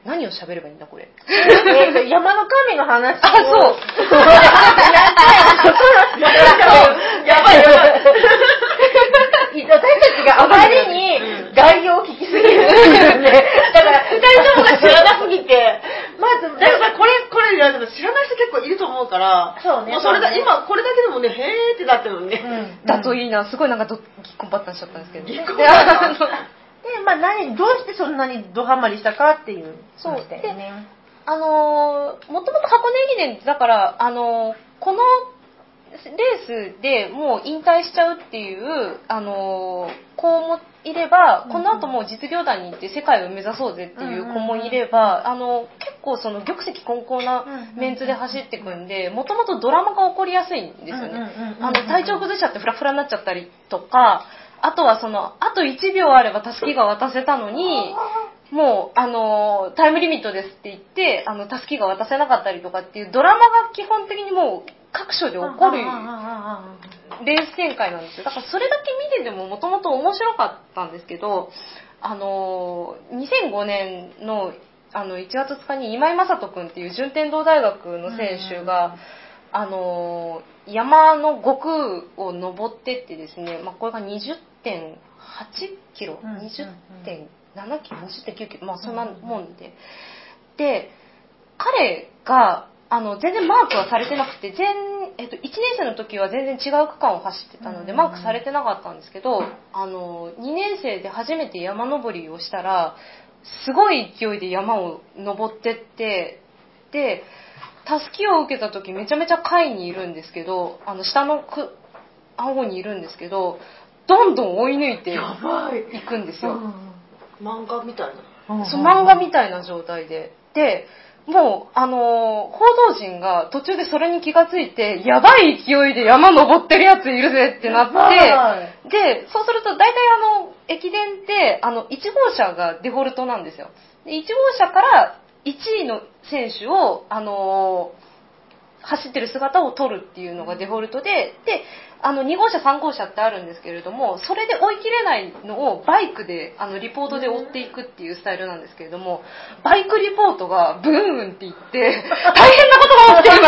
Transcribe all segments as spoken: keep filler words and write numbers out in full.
何を喋ればいいんだこれ。 えー、山の神の話を。 あ、そう。 やばいやばい。私たちがあまりに概要を聞きすぎるんで、だからふたりともが知らなすぎて、 まずだからこれこれ知らない人結構いると思うから、 そうね。 もうそれだ今これだけでもねへーってなってるのね。 うん、だといいな。すごいなんかどぎっこんばったんしちゃったんですけど。 ぎっこんばった。 で、まあ何どうしてそんなにドハマりしたかっていうそうでね。 あのー、もともと箱根駅伝だからあのー、このレースでもう引退しちゃうっていうあのー、子もいれば、この後もう実業団に行って世界を目指そうぜっていう子もいれば、あの結構その玉石混交なメンツで走っていくんで、もともとドラマが起こりやすいんですよね。あの体調崩しちゃってフラフラになっちゃったりとか、あとはそのあといちびょうあればたすきが渡せたのに、もうあのタイムリミットですって言ってあのたすきが渡せなかったりとかっていうドラマが基本的にもう各所で起こるレース展開なんですよ。だからそれだけ見ててももともと面白かったんですけど、あのにせんごねんのあのいちがつつかに今井正人君っていう順天堂大学の選手が、あの山のごくを登ってってですね、まあ、これが にじゅってんはちキロ、にじゅってんななキロ、にじゅってんきゅうキロ、まあそんなもんで、で彼があの全然マークはされてなくて、全、えっと、いちねん生の時は全然違う区間を走ってたのでマークされてなかったんですけど、あのにねん生で初めて山登りをしたらすごい勢いで山を登ってって、でたすきを受けた時めちゃめちゃ下位にいるんですけど、あの下のく顎にいるんですけど、どんどん追い抜いていくんですよ。 漫画みたいな。 そう、漫画みたいな状態で。でもう、あのー、報道陣が途中でそれに気がついて、やばい勢いで山登ってるやついるぜってなって、で、そうすると大体あの、駅伝って、あの、いち号車がデフォルトなんですよ。でいち号車からいちいの選手を、あのー、走ってる姿を撮るっていうのがデフォルトで、で、あのに号車さん号車ってあるんですけれども、それで追い切れないのをバイクであのリポートで追っていくっていうスタイルなんですけれども、バイクリポートがブーンって言って大変なことが起きてい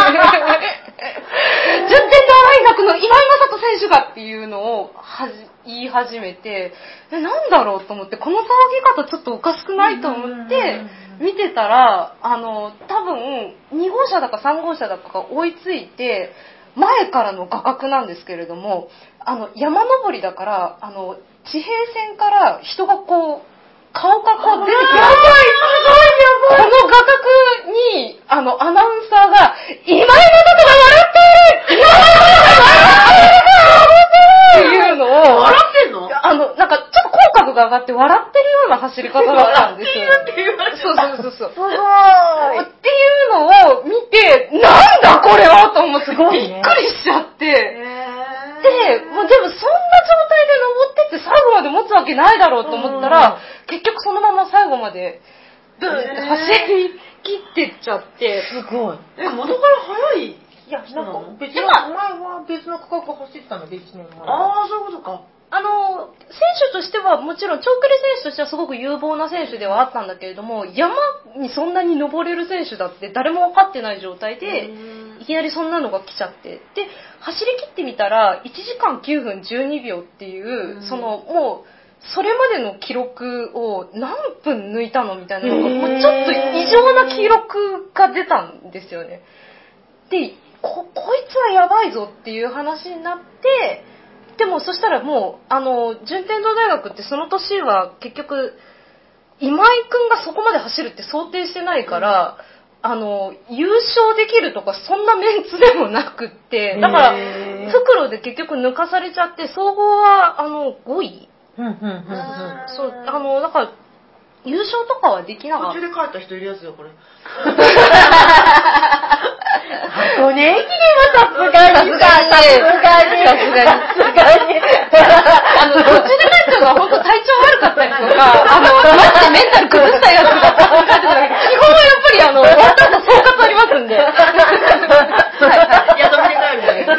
ます順天堂大学の今井正人選手がっていうのをはじ言い始めて、えなんだろうと思って、この騒ぎ方ちょっとおかしくないと思って見てたら、あの多分に号車だかさん号車だかが追いついて、前からの画角なんですけれども、あの山登りだからあの地平線から人がこう顔がこう出てくる。やばい、すごいやばい。この画角にあのアナウンサーが今井のことが笑っている。今井のことが笑っている。っていうのを笑ってんの？ あのなんかちょっと口角が上がって笑ってるような走り方だったんですよ。 笑っているって言われてた。 そうそうそうそう。 すごい。 っていうのを見て、なんだこれはと思ってびっくりしちゃって。で、もうでもそんな状態で登ってって最後まで持つわけないだろうと思ったら、結局そのまま最後までブーンって走り切ってっちゃって。 すごい。 え、元から速い？ いや、なんか別の、前は別の区画を走ってたのでいちねんまえ。 ああ、そういうことか。 あの選手としてはもちろん長距離選手としてはすごく有望な選手ではあったんだけれども、山にそんなに登れる選手だって誰も分かってない状態でいきなりそんなのが来ちゃって、で走り切ってみたらいちじかんきゅうふんじゅうにびょうっていう、そのもうそれまでの記録を何分抜いたのみたいなのがもうちょっと異常な記録が出たんですよね。で こ, こいつはやばいぞっていう話になって、でもそしたらもうあの順天堂大学ってその年は結局今井くんがそこまで走るって想定してないから、うん、あの優勝できるとかそんなメンツでもなくって、だから復路で結局抜かされちゃって総合はあのごい、 うんうんうんうん、 そうあのだから優勝とかはできなかった。 途中で帰った人いるやつよこれ。 箱根駅伝はさすがにさすがにさすがにさすがにあの途中で帰ったのは本当体調悪かったりとか、あのマジでメンタル崩したやつが基本はやっぱりあの終わった後総括ありますんで。はい。 やっと振り返るね。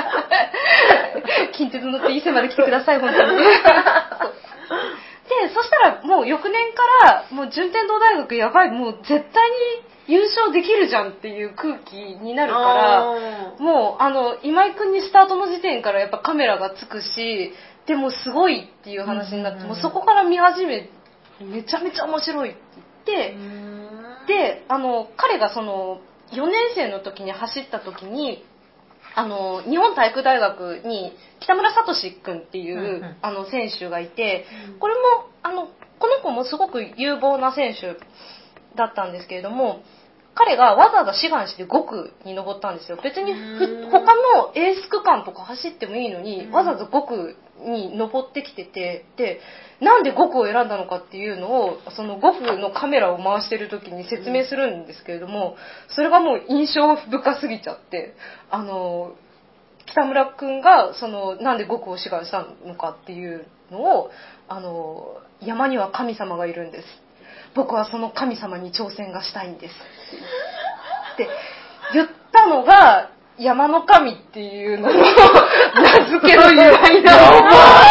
近鉄乗って伊勢まで来てください本当に。でそしたしたらもう翌年からもう順天堂大学やばい、もう絶対に優勝できるじゃんっていう空気になるから、もうあの今井くんにスタートの時点からやっぱカメラがつくし、でもすごいっていう話になって、もうそこから見始めめちゃめちゃ面白いって言って、であの彼がそのよねん生の時に走った時に、あの日本体育大学に北村聡君っていう、うんうん、あの選手がいて、これもあのこの子もすごく有望な選手だったんですけれども、彼がわざわざ志願してご区に登ったんですよ。別にふ他のエース区間とか走ってもいいのに、わざわざご区に登ってきてて、でなんでご区を選んだのかっていうのをそのご区のカメラを回してる時に説明するんですけれども、それがもう印象深すぎちゃって、あの北村くんがそのなんでご区を志願したのかっていうのを、あの山には神様がいるんです、僕はその神様に挑戦がしたいんですって言ったのが山の神っていうのの名付けの由来なの。やば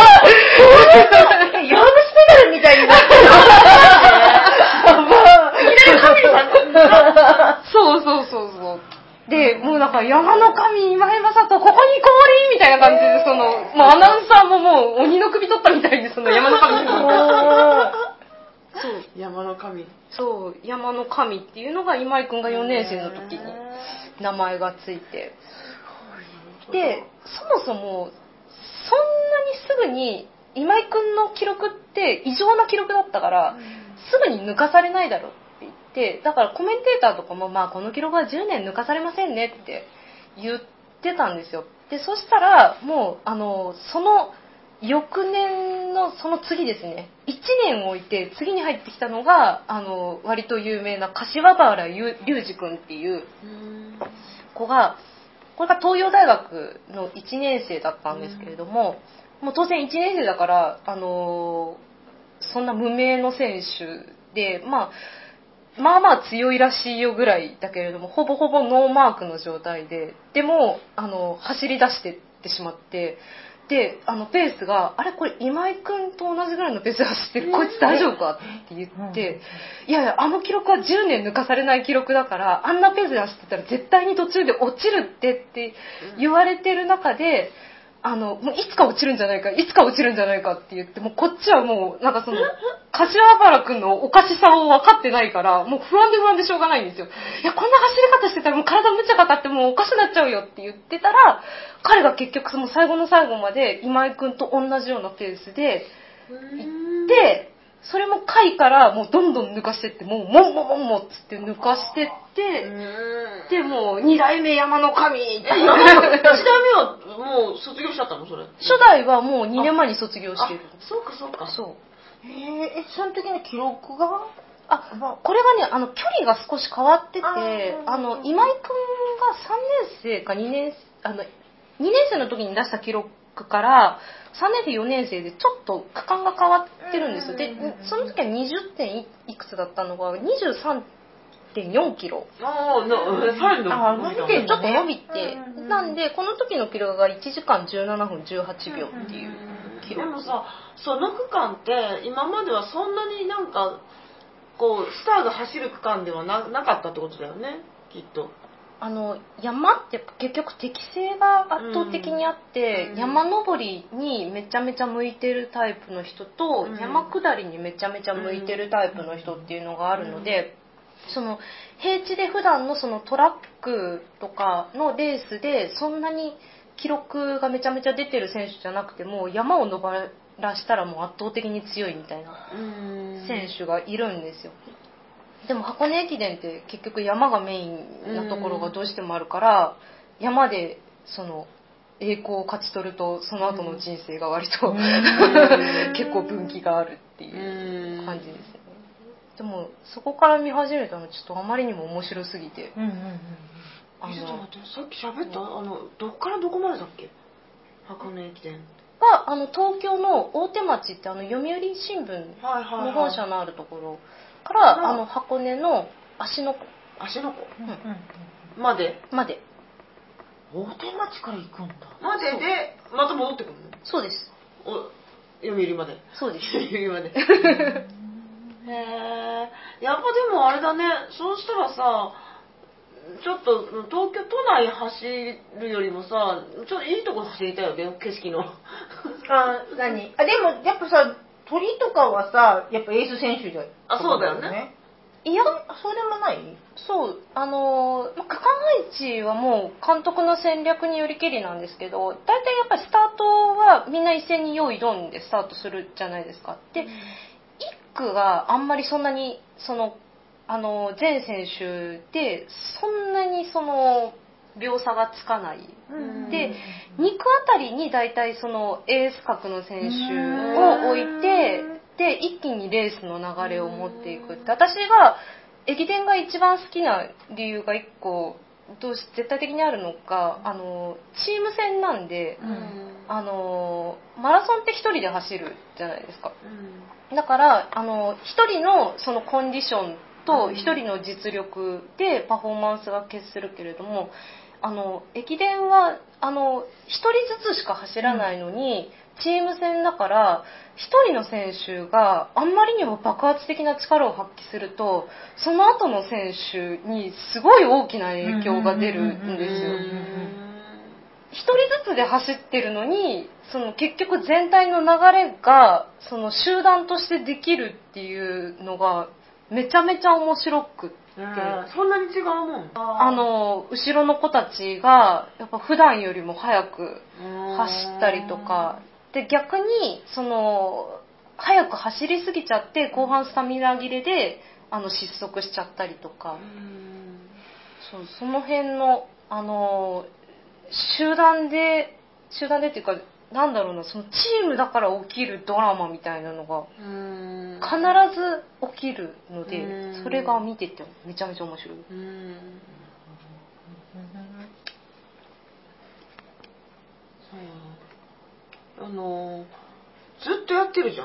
ーヤングスペダルみたいになってる。 そうそうそうそう。で、もうだから山の神今井正人ここに降臨みたいな感じで、そのもうアナウンサーももう鬼の首取ったみたいにその山の神にそう山の神、 そう山の神っていうのが今井くんがよねん生の時に名前がついて、でそもそもそんなにすぐに今井くんの記録って異常な記録だったから、すぐに抜かされないだろうって言って、だからコメンテーターとかもまあこの記録はじゅうねん抜かされませんねって言ってたんですよ。でそしたらもうあのその翌年のその次ですね、いちねん置いて次に入ってきたのがあの割と有名な柏原隆二君っていう子が、これが東洋大学のいちねん生だったんですけれども、もう当然いちねん生だからあのそんな無名の選手で、まあまあまあ強いらしいよぐらいだけれども、ほぼほぼノーマークの状態で、でもあの走り出してってしまって、であのペースがあれこれ今井くんと同じぐらいのペースで走ってる、こいつ大丈夫かって言って、いやいやあの記録はじゅうねん抜かされない記録だから、あんなペースで走ってたら絶対に途中で落ちるってって言われてる中で、あのもういつか落ちるんじゃないかいつか落ちるんじゃないかって言って、もうこっちはもうなんかその柏原くんのおかしさを分かってないから、もう不安で不安でしょうがないんですよ。いやこんな走り方してたらもう体無茶かかってもうおかしくなっちゃうよって言ってたら、彼が結局その最後の最後まで今井くんと同じようなペースで行って、それも回からもうどんどん抜かしてって、もうもんもんもんもっつって抜かしてって、でもうに代目山の神っていち代目はもう卒業しちゃったのそれ？ 初代はもうにねんまえに卒業してる。 そうかそうか。 そうへえ、その時の記録があ、これがね、あの距離が少し変わってて、あの今井くんがさんねん生かにねんあのにねん生の時に出した記録からさんねん生よねん生でちょっと区間が変わってるんですよ。でその時はにじゅってんいくつだったのがにじゅうさんてんよんキロ、 ああ、さらに伸びて、 ちょっと伸びて、なんでこの時の記録がいちじかんじゅうななふんじゅうはちびょうっていう記録。 でもさ、その区間って今まではそんなになんかこうスターが走る区間では な, なかったってことだよね、きっと。 あの山って結局適性が圧倒的にあって、うん、山登りにめちゃめちゃ向いてるタイプの人と、うん、山下りにめちゃめちゃ向いてるタイプの人っていうのがあるので、うん、その平地で普段のそのトラックとかのレースでそんなに記録がめちゃめちゃ出てる選手じゃなくても、山を登らしたらもう圧倒的に強いみたいな選手がいるんですよ。でも箱根駅伝って結局山がメインなところがどうしてもあるから、山でその栄光を勝ち取るとその後の人生が割と結構分岐があるっていう感じですね。でもそこから見始めたのちょっとあまりにも面白すぎて、 うんうんうん、あのちょっと待って、さっき喋ったあのどこからどこまでだっけ、箱根駅伝があの東京の大手町ってあの読売新聞の本社のあるところから、はいはいはい、あの箱根の芦ノ湖芦ノ湖、うんうんうん、までまで大手町から行くんだまででまた戻ってくるの？ そうです。 読売まで。 そうです。 読売まで。へえ。やっぱでもあれだね、そうしたらさ、ちょっと東京都内走るよりもさ、ちょっといいとこ走りたいよね、景色の。 あ、何あ、でもやっぱさ、鳥とかはさ、やっぱエース選手じゃん。 あ、そうだよね。 いや、 そうでもない？ そう、あのー、区間配置はもう監督の戦略によりけりなんですけど、大体やっぱりスタートはみんな一斉に用意ドンでスタートするじゃないですか。で、いっ区があんまりそんなに、その、あの、全選手で、そんなにその、秒差がつかない。で、に区あたりに大体そのエース格の選手を置いて、で、一気にレースの流れを持っていくって。私が駅伝が一番好きな理由が一個、どうし絶対的にあるのが、あの、チーム戦なんで、うん、あの、マラソンって一人で走るじゃないですか。うん、だから、あの、一人のそのコンディションと一人の実力でパフォーマンスが決するけれども、あの、駅伝は、あの、一人ずつしか走らないのに、うん、チーム戦だから、一人の選手があんまりにも爆発的な力を発揮すると、その後の選手にすごい大きな影響が出るんですよ。一人ずつで走ってるのに、その結局全体の流れが、その集団としてできるっていうのが、めちゃめちゃ面白くって。 そんなに違うもん。 あの、後ろの子たちが、やっぱ普段よりも早く走ったりとか、で、逆に、その、早く走りすぎちゃって、後半スタミナ切れで、あの、失速しちゃったりとか、そう、その辺の、あの、集団で、集団でっていうか、なんだろうな、そのチームだから起きるドラマみたいなのが必ず起きるので、それが見ててめちゃめちゃ面白い。うーん、 そうあのずっとやってるじゃん。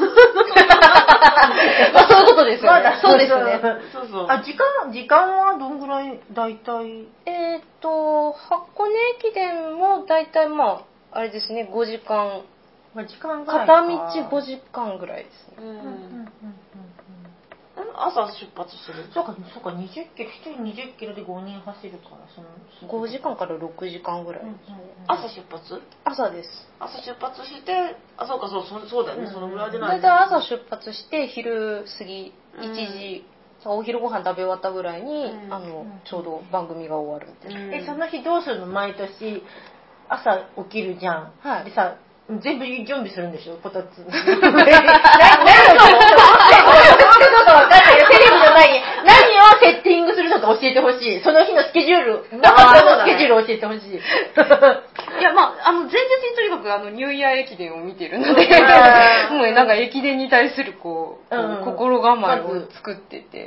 まあそういうことですよね。そうですね。 そうそう。 あ、時間時間はどんぐらい大体？ えっと箱根駅伝も大体まああれですね、ごじかん、 まあ、時間ぐらいか。 片道ごじかんぐらいですね。うんうんうんうん、 朝出発する。 そうか、そうか、にじゅっキロ、ひとりにじゅっキロでごにん走るから、そのごじかんからろくじかんぐらい、うんうんうん、 朝出発？ 朝です。 朝出発して、あ、そうか、そう、そそうだよね、うん、そのぐらいでない。 大体朝出発して昼過ぎいちじ、うん、お昼ご飯食べ終わったぐらいに、うん、あのちょうど番組が終わるんで、うん、 え、その日どうするの？毎年朝起きるじゃん。はい。でさ、全部準備するんでしょ、こたつ。何を何をどうか分かんないよ、テレビの前に何をセッティングするのか教えてほしい。その日のスケジュール、そのスケジュールを教えてほしい。 いや、まあ、あの、前日にとにかくあの、ニューイヤー駅伝を見てるので、もうなんか駅伝に対するこう、こう、うん、心構えを作ってて。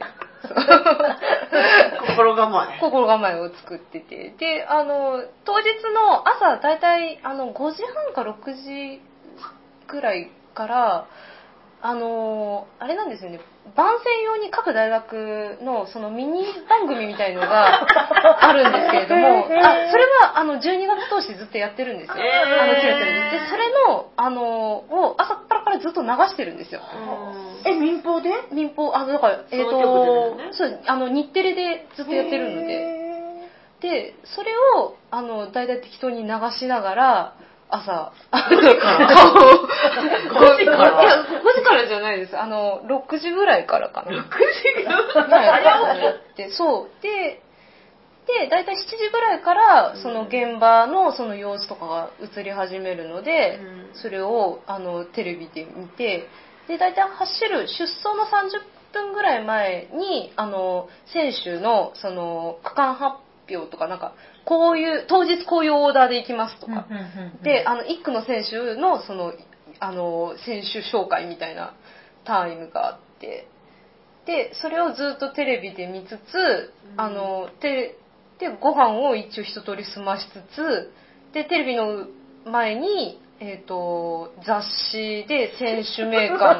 心構え心構えを作ってて、で、あの当日の朝だいたいあのごじはんかろくじぐらいからあのあれなんですよね、番宣用に各大学のそのミニ番組みたいのがあるんですけれども、あ、それはあのじゅうにがつ通してずっとやってるんですよ。えー、あの決めてるんです。で、それのあのを朝っぱらからずっと流してるんですよ。 え、民放で？ 民放、あのだからえっ、ー、と、ね、そうあの日テレでずっとやってるので、でそれをあの大体適当に流しながら。朝、 ごじからごじからいや、ごじからじゃないです。あの、ろくじぐらいからかな。 ろくじぐらいやって、そう。で、で、だいたいしちじぐらいから、その現場のその様子とかが映り始めるので、うん、それを、あの、テレビで見て、で、だいたい走る、出走のさんじゅっぷんぐらい前に、あの、選手の、その、区間発表とか、なんか、こういう、当日こういうオーダーで行きますとか。で、あの、いっ区の選手の、その、あの、選手紹介みたいなタイムがあって、で、それをずっとテレビで見つつ、うん、あの、で、で、ご飯を一応一通り済ましつつ、で、テレビの前に、えっと、雑誌で選手名鑑。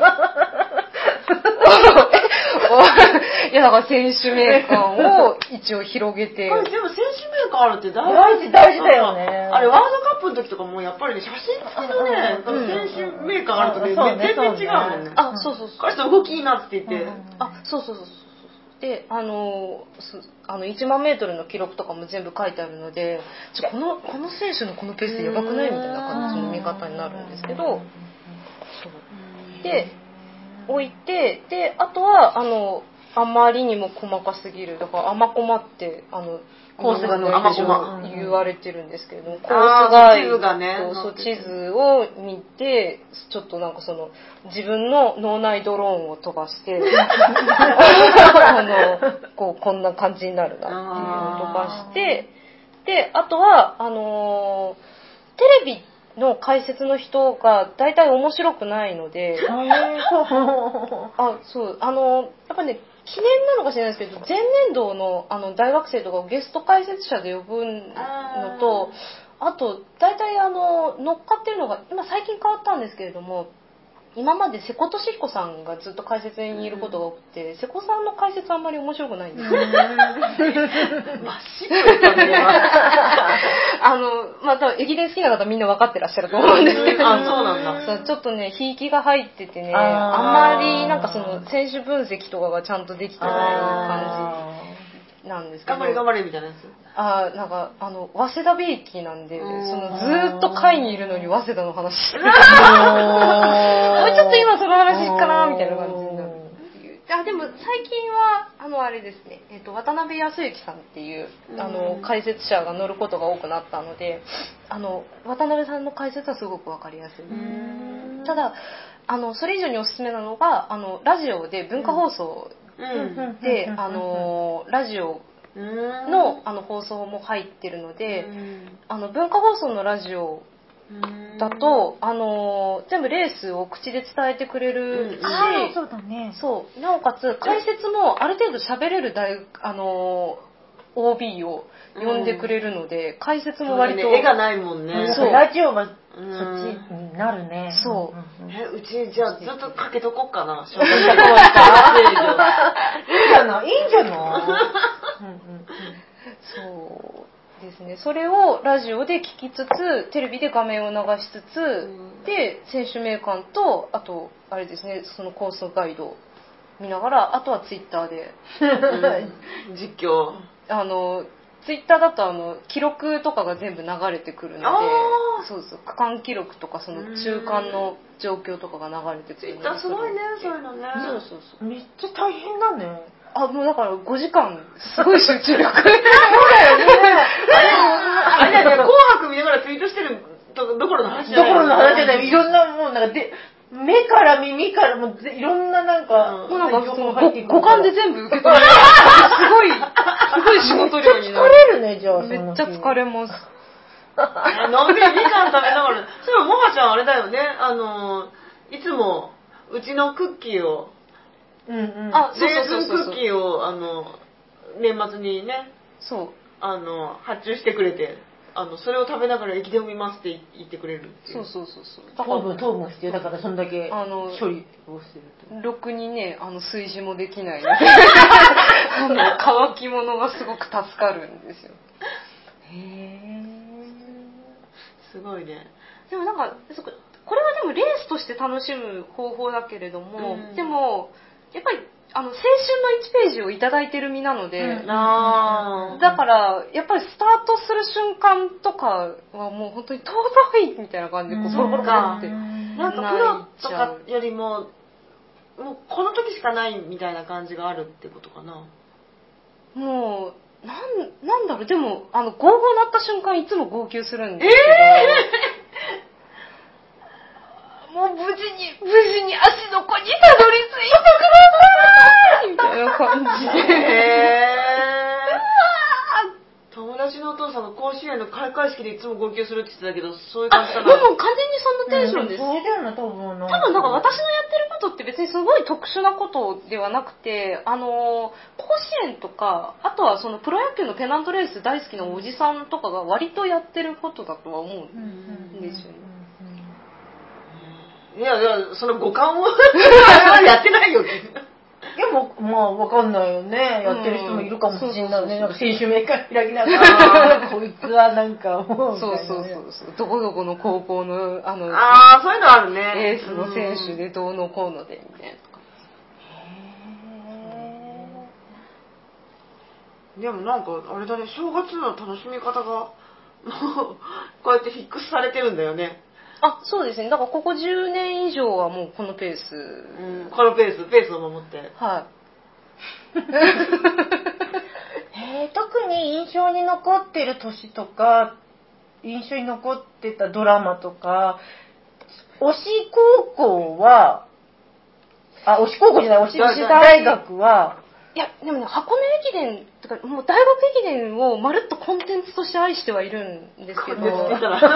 いや、だから選手名鑑を一応広げて。 あれ、でも選手名鑑あるって大事大事だよね。 あれ、ワールドカップの時とかもやっぱりね、写真付きのね、選手メーカーあるとね、 うん全然違うもんね。 あ、そうそうそう。 彼女動きいいなって言って。 あ、そうそうそうそう。で、あの、あのいちまんメートルの記録とかも全部書いてあるので、ちょこのこの選手のこのペースやばくないみたいな感じの見方になるんですけど、そうで置いて、であとはあのあまりにも細かすぎる、だから甘コマってあのコースが甘コマ言われてるんですけれども、コースガイド、地図がね、 そう地図を見て、ちょっとなんかその自分の脳内ドローンを飛ばしてあのこうこんな感じになるなっていうのを飛ばして、であとはあのテレビの解説の人が大体面白くないので、あ、そうあのやっぱね記念なのかしれないですけど、前年度 の, あの大学生とかをゲスト解説者で呼ぶのと、あと大体あの乗っかってるのが今最近変わったんですけれども、今まで瀬古利彦さんがずっと解説にいることが多くて、瀬古さんの解説あんまり面白くないんですよ。あのまた駅伝好きな方みんな分かってらっしゃると思うんですけど、 あ、そうなんだ。 ちょっとねひいきが入っててね、あんまりなんかその選手分析とかがちゃんとできてない感じなんですけど、 頑張れ頑張れみたいなやつ。 あなんかあの早稲田ベイキーなんで、そのずーっと会にいるのに早稲田の話してるもうちょっと今その話かなみたいな感じになるっていう。あでも最近はあのあれですね、えっと渡辺康之さんっていうあの解説者が乗ることが多くなったので、あの渡辺さんの解説はすごくわかりやすい。ただあのそれ以上におすすめなのがあのラジオで文化放送で、あのラジオの, あの放送も入ってるので、あの文化放送のラジオだとあの全部レースを口で伝えてくれるし、 あそうだね、 そうなおかつ解説もある程度喋れる大あの オービー を呼んでくれるので、うん、解説も割と、 ね、絵がないもんね。 そうラジオはそっちになるね。 そう。 えうちじゃあずっとかけとこっかな。 いいんじゃない。いいんじゃない。 そうですね。それをラジオで聞きつつ、テレビで画面を流しつつ、うん、で選手名鑑とあとあれですね、そのコースガイドを見ながら、あとはツイッターで、 うん、実況。 あのツイッターだとあの記録とかが全部流れてくるので、そうそう区間記録とかその中間の状況とかが流れてくるので、 ツイッターすごいね、そういうのね。 そうそうそう。 めっちゃ大変だね。 あ、もうだからごじかんすごい集中力。そうだよね。 あれだよね、紅白見ながらツイートしてるどころの話じゃない。 どころの話じゃない。いろんなもうなんかで。目から耳からもいろんななんか、 もうなんかその五感で全部受け止める。すごい、すごい仕事量になる。 疲れるね、じゃあ。 めっちゃ疲れます。 のんびりみかん食べながら。そういえば、もはちゃんあれだよね、あの、いつも、うちのクッキーを、 うんうん。 あ、レーズンクッキーを、あの、年末にね、 そう。 あの、発注してくれて。あのそれを食べながら駅伝を見ますって言ってくれるっていう。 そうそうそうそう。 糖分糖分必要だからそんだけ処理をしてると。 ろくにねあの炊事もできないのであの乾き物がすごく助かるんですよ。 へえ。 すごいね。 でもなんかこれはでもレースとして楽しむ方法だけれども、うん、でもやっぱりあの青春のいちページをいただいてる身なので、うん、あだからやっぱりスタートする瞬間とかはもう本当に尊いみたいな感じでこうボロボロボロってなんかプロとかよりももうこの時しかないみたいな感じがあるってことかな。 もうなんなんだろう、でもあのゴーゴー鳴った瞬間いつも号泣するんですけど、えー、もう無事に無事に足の子にたどり着いてくださいみたいな感じで、えー、友達のお父さんが甲子園の開会式でいつも号泣するって言ってたけど、そういう感じかな。 でも完全にそんなテンションです。 うん、そうだよな多分。 多分なんか私のやってることって別にすごい特殊なことではなくて、あの甲子園とかあとはそのプロ野球のペナントレース大好きなおじさんとかが割とやってることだとは思うんですよね。 いやいやその五感をやってないよ。 いやもも、まあわかんないよね。やってる人もいるかもしれないね。なんか選手名から開きながら、こいつはなんかもう。 そうそうそうそう。どこどこの高校の、あの、 ああ、そういうのあるね。 エースの選手でどうのこうので、みたいなとか。 でもなんか、あれだね、正月の楽しみ方が、もう、こうやってフィックスされてるんだよね。 あ、そうですね。だからここじゅうねん以上はもうこのペース。 うん、このペース、ペースを守って。 はい。 えー、特に印象に残ってる年とか、印象に残ってたドラマとか、推し高校は、あ、推し高校じゃない、推し大学は、 いや、でもね、箱根駅伝とか、もう大学駅伝をまるっとコンテンツとして愛してはいるんですけど。コンテンツって言ったら。コン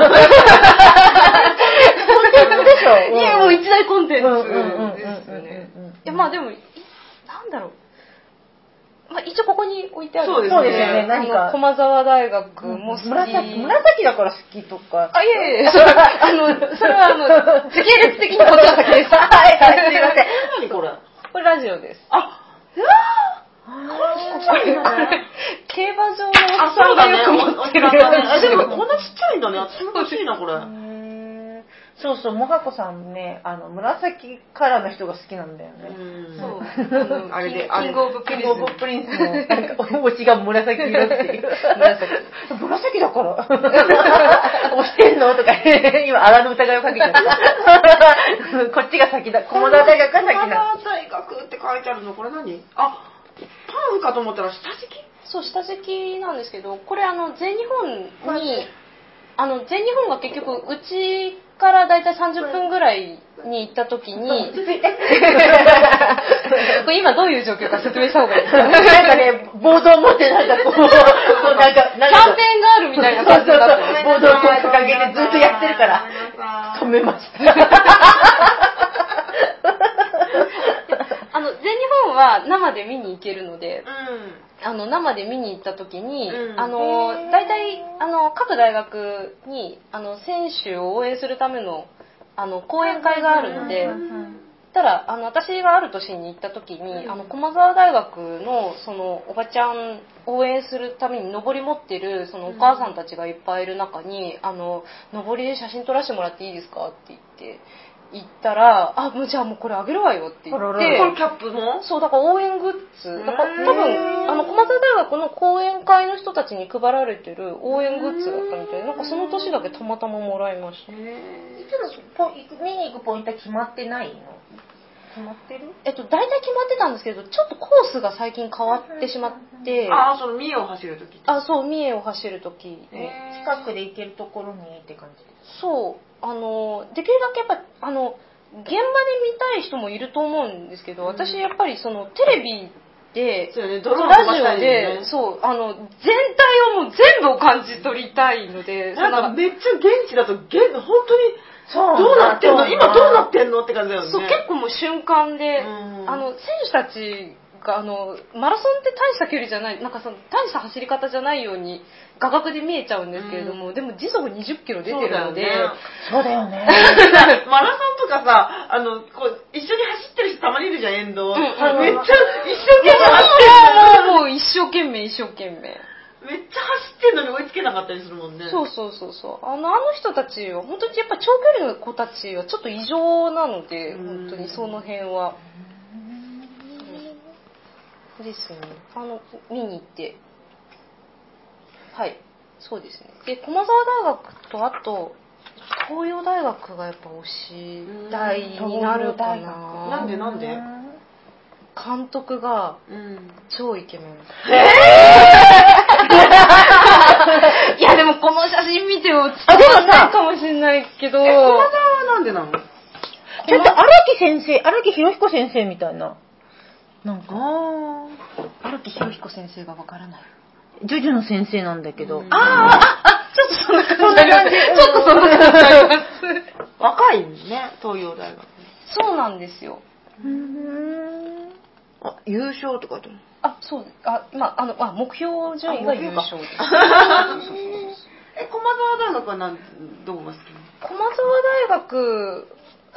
テンツでしょ。 いや、もう一大コンテンツですよね。いや、まあでも、なんだろう。まあ、一応ここに置いてある。 そうですよね。何か駒沢大学も好き。 紫、紫だから好きとか。 あ、いえいえ、それは、あの、それはあの、時系列的にこっちが先です。 はい、はい、すいません。 何これ？ これラジオです。 あ、うわー、これちっちゃいんだね。 競馬場のあ、そうだね。おじさんだね。でもこんなちっちゃいんだね。私も欲しいな、これ。 そうそう、もはこさんね、あの、紫からの人が好きなんだよね。 そう。あれで、キングオブプリンス。 キングオブプリンスの、なんか、推しが紫色っていう。紫。紫だから。推してんのとか、今、あらぬ疑いをかけちゃった。こっちが先だ。駒沢大学が先だ。 駒沢大学って書いてあるの、これ何？あ、パンフかと思ったら下敷き？ そう、下敷きなんですけど、これあの、全日本に、あの、全日本が結局、うちからだいたいさんじゅっぷんぐらいに行った時に、これ今どういう状況か説明した方がいいですか？ なんかね、ボードを持ってなんかこう、なんか、なんか、 キャンペーンガールみたいな感じになってる。 ボードをこう掲げてずっとやってるから、止めました。 あの、全日本は生で見に行けるので、 うん、 あの生で見に行った時に、 うん、 あの大体あの各大学にあの選手を応援するためのあの講演会があるので、ただあの私がある年に行った時に、あの駒沢大学のそのおばちゃん応援するために上り持ってるそのお母さんたちがいっぱいいる中に、あの上りで写真撮らせてもらっていいですかって言って行ったら、あ、もうじゃあもうこれあげるわよって言って、これキャップも？ そう、だから応援グッズ、だから多分あの駒沢大学の講演会の人たちに配られてる応援グッズだったみたいで、なんかその年だけたまたまもらいました。 いつも見に行くポイントは決まってないの？決まってる？ えっと大体決まってたんですけど、ちょっとコースが最近変わってしまって、 ああ、その三重を走るとき。 あ、そう、三重を走るとき、 近くで行けるところにって感じです。 そう。あのできるだけやっぱあの現場で見たい人もいると思うんですけど、私やっぱりそのテレビで、 そうね、 ラジオで、そうあの全体をもう全部を感じ取りたいので、 なんかめっちゃ現地だと現本当にそうどうなってんの？今どうなってんのって感じだよね。 そう結構もう瞬間で、あの選手たちがあのマラソンって大した距離じゃない、なんかその大した走り方じゃないように画角で見えちゃうんですけれども、うん、でも時速にじゅっキロ出てるので、 そうだよね。 マラソンとかさ、あのこう一緒に走ってる人たまにいるじゃん、沿道。うん、めっちゃ一生懸命走ってる。 もうもう一生懸命一生懸命。 めっちゃ走ってんのに追いつけなかったりするもんね。 そうそうそうそう。あのあの人たちは本当にやっぱ長距離の子たちはちょっと異常なので、本当にその辺は。ですね。あの見に行って、はい、そうですね。で駒沢大学とあと東洋大学がやっぱ推し大になるかな。 なんでなんで？ 監督が超イケメン。 えー、いやでもこの写真見ても伝わらないかもしれないけど。 え、駒沢はなんでなの？ ちょっと荒木先生、荒木博彦先生みたいな。なんか荒木博彦先生がわからない。 ジョジョの先生なんだけど。 ああ、あ、ちょっとそんな感じあります。ちょっとそんな感じあります。 若いね、東洋大学。 そうなんですよ。 うーん。 あ、優勝とかと。 あ、そう、あ、まあ、あの、あ、目標順位が優勝です。 え、駒沢大学はなんどこが好きなの？ 駒沢大学、駒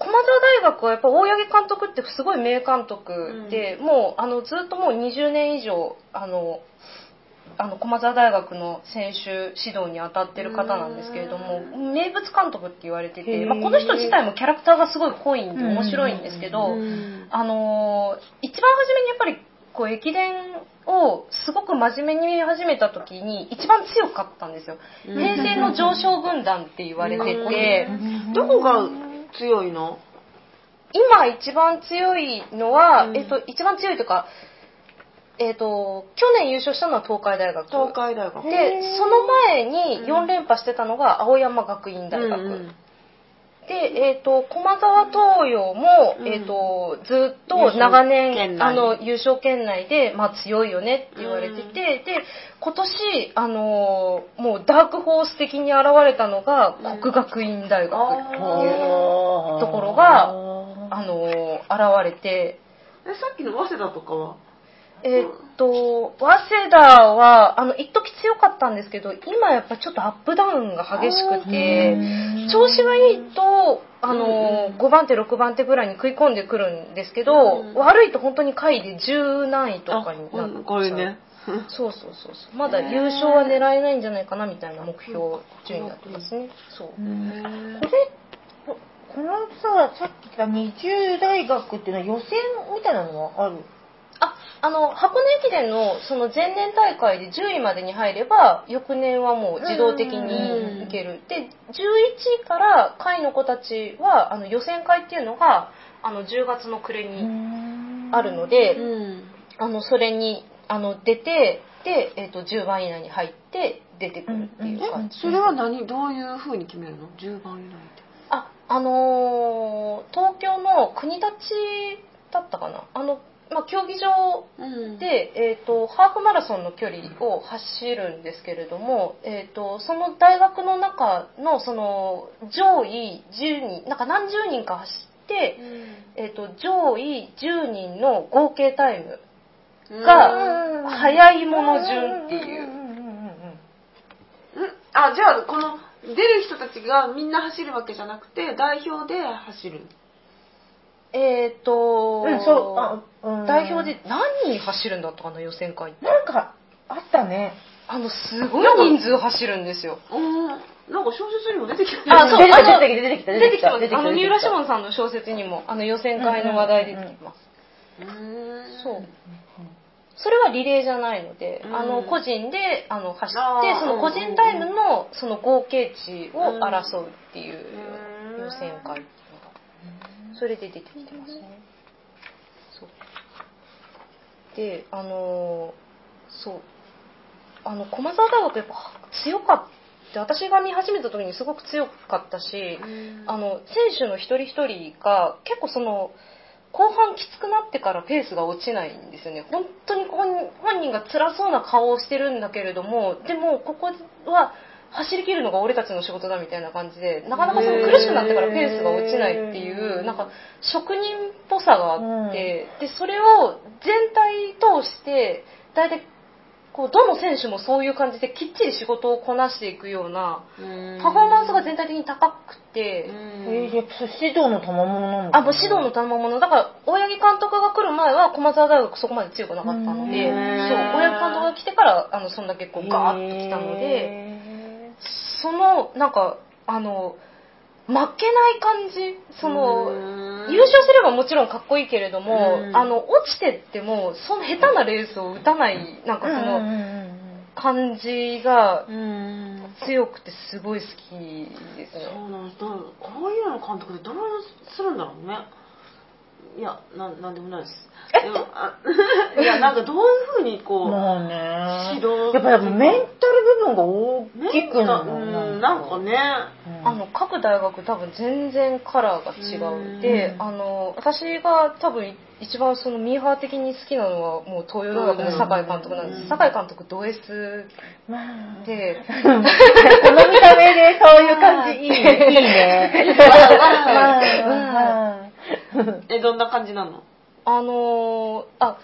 駒澤大学はやっぱ大八木監督ってすごい名監督で、うん、もうあのずっともうにじゅうねん以上あのあの駒澤大学の選手指導に当たってる方なんですけれども、名物監督って言われてて、まあ、この人自体もキャラクターがすごい濃いんで面白いんですけど、あの一番初めにやっぱりこう駅伝をすごく真面目に見始めた時に一番強かったんですよ。平成の上昇軍団って言われてて、 どこが強いの？ 今一番強いのは、えっと一番強いというか。えーと、去年優勝したのは東海大学。 東海大学。 で、その前によん連覇してたのが青山学院大学。うんうん、で、えーと、駒澤東洋も、うん、えーと、ずっと長年、あの、優勝圏内で、まあ強いよねって言われてて、うん、で、今年、あの、もうダークホース的に現れたのが、國學院大学っていうところが、あの、現れて。 え、さっきの早稲田とかはえーっと、早稲田は、あの、一時強かったんですけど、今やっぱちょっとアップダウンが激しくて、調子がいいと、あの、ごばん手、ろくばん手ぐらいに食い込んでくるんですけど、悪いと本当に下位でじゅう何位とかになっちゃう。 これね。 そうそうそうそう。まだ優勝は狙えないんじゃないかなみたいな目標順位になってますね。そう。これ、このさ、さっき言ったにじゅう大学っていうのは予選みたいなのはある？ あ、あの箱根駅伝のその前年大会でじゅういまでに入れば翌年はもう自動的に行ける。で、じゅういちいから下位の子たちはあの予選会っていうのがあのじゅうがつの暮れにあるので、あのそれにあの出てで、えーと、じゅうばん以内に入って出てくるっていう感じ。 それは何どういう風に決めるの？じゅうばん以内って。 あ、あのー、東京の国立だったかな。あのまあ、競技場で、うん、えーと、ハーフマラソンの距離を走るんですけれども、えーと、その大学の中のその上位じゅうにん、なんか何十人か走って、うん、えーと、上位じゅうにんの合計タイムが速いもの順っていう。 あ、じゃあこの出る人たちがみんな走るわけじゃなくて代表で走る。 えーと、 うん、そう、あ、 うん、代表で何人走るんだったかな予選会って。 なんかあったね。 あのすごい人数走るんですよ。 うん、なんか小説にも出てきた。 あ、そう、 出てきた出てきた出てきた出てきた。あの三浦志門さんの小説にもあの予選会の話題出てきます。 うんうんうん、 そう。それはリレーじゃないので、うん、あの個人であの走ってその個人タイムのその合計値を争うっていう予選会っていうのが、それで出てきてますね。そうで、あのそうあの駒澤大学やっぱ強かった。私が見始めた時にすごく強かったし、あの選手の一人一人が結構その後半きつくなってからペースが落ちないんですよね。本当に本人が辛そうな顔をしてるんだけれども、でもここは走り切るのが俺たちの仕事だみたいな感じで、なかなかその苦しくなってからペースが落ちないっていうなんか職人っぽさがあって、でそれを全体通して大体こうどの選手もそういう感じできっちり仕事をこなしていくようなパフォーマンスが全体的に高くて、 えー、指導の賜物なのかな。 あ、もう指導の賜物だから、大八木監督が来る前は駒澤大学そこまで強くなかったので、そう大八木監督が来てからあのそんだけこうガーッと来たので、そのなんかあの負けない感じ、その優勝すればもちろんかっこいいけれども、あの落ちてってもその下手なレースを打たないなんかその感じが強くてすごい好きですね。 そうなんです。こういうの監督でどうするんだろうね。いや、な、なんでもないです。でもあいや、なんかどういう風にこう、 まあね、 指導やっぱりメンタル部分が大きくなる、 うん、なんかね、 うん、あの各大学多分全然カラーが違う。で、あの私が多分一番そのミーハー的に好きなのはもう東洋大学の酒井監督なんです。酒井監督ド S で、 この見た目でそういう感じいいね、いいね。 え、どんな感じなの？ あのー、あ、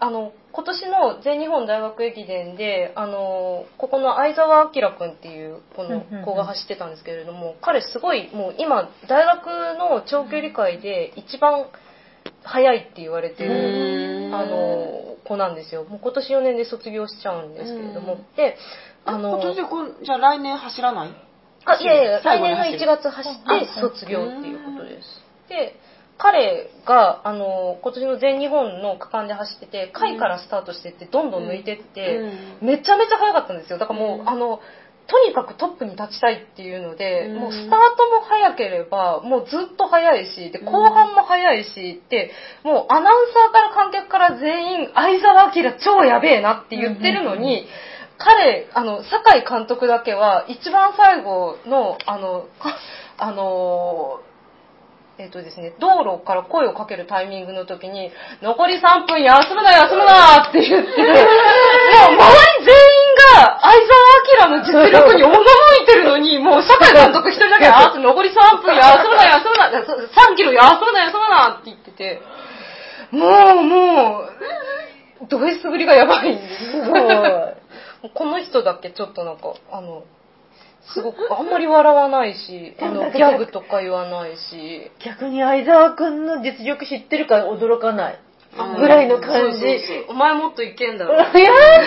あの今年の全日本大学駅伝であのここの相澤晃君っていうこの子が走ってたんですけれども、彼すごいもう今大学の長距離界で一番速いって言われてるあの子なんですよ。もう今年よねんで卒業しちゃうんですけれども、であの今年でこんじゃあ来年走らない？ あいやいや来年のいちがつ走って卒業っていうことです。で彼があの今年の全日本の区間で走ってて下位からスタートしてってどんどん抜いてって、うん、めちゃめちゃ速かったんですよ。だからもう、うん、あのとにかくトップに立ちたいっていうので、うん、もうスタートも速ければもうずっと速いしで後半も速いしってもうアナウンサーから観客から全員相澤晃超やべえなって言ってるのに、うん、彼あの酒井監督だけは一番最後のあのあのえーとですね、道路から声をかけるタイミングの時に残りさんぷん休むな休むなって言っててもう周り全員が相澤晃の実力におののいてるのにもう酒井監督一人だけあと残りさんぷん休むな休むなさんキロ休むな休むなって言っててもうもうド S ぶりがやばいんですすごいこの人だけちょっとなんかあのすごくあんまり笑わないしあのギャグとか言わないし逆に相澤くんの実力知ってるから驚かないぐらいの感じ。そうそうそうお前もっといけんだろ。やだー。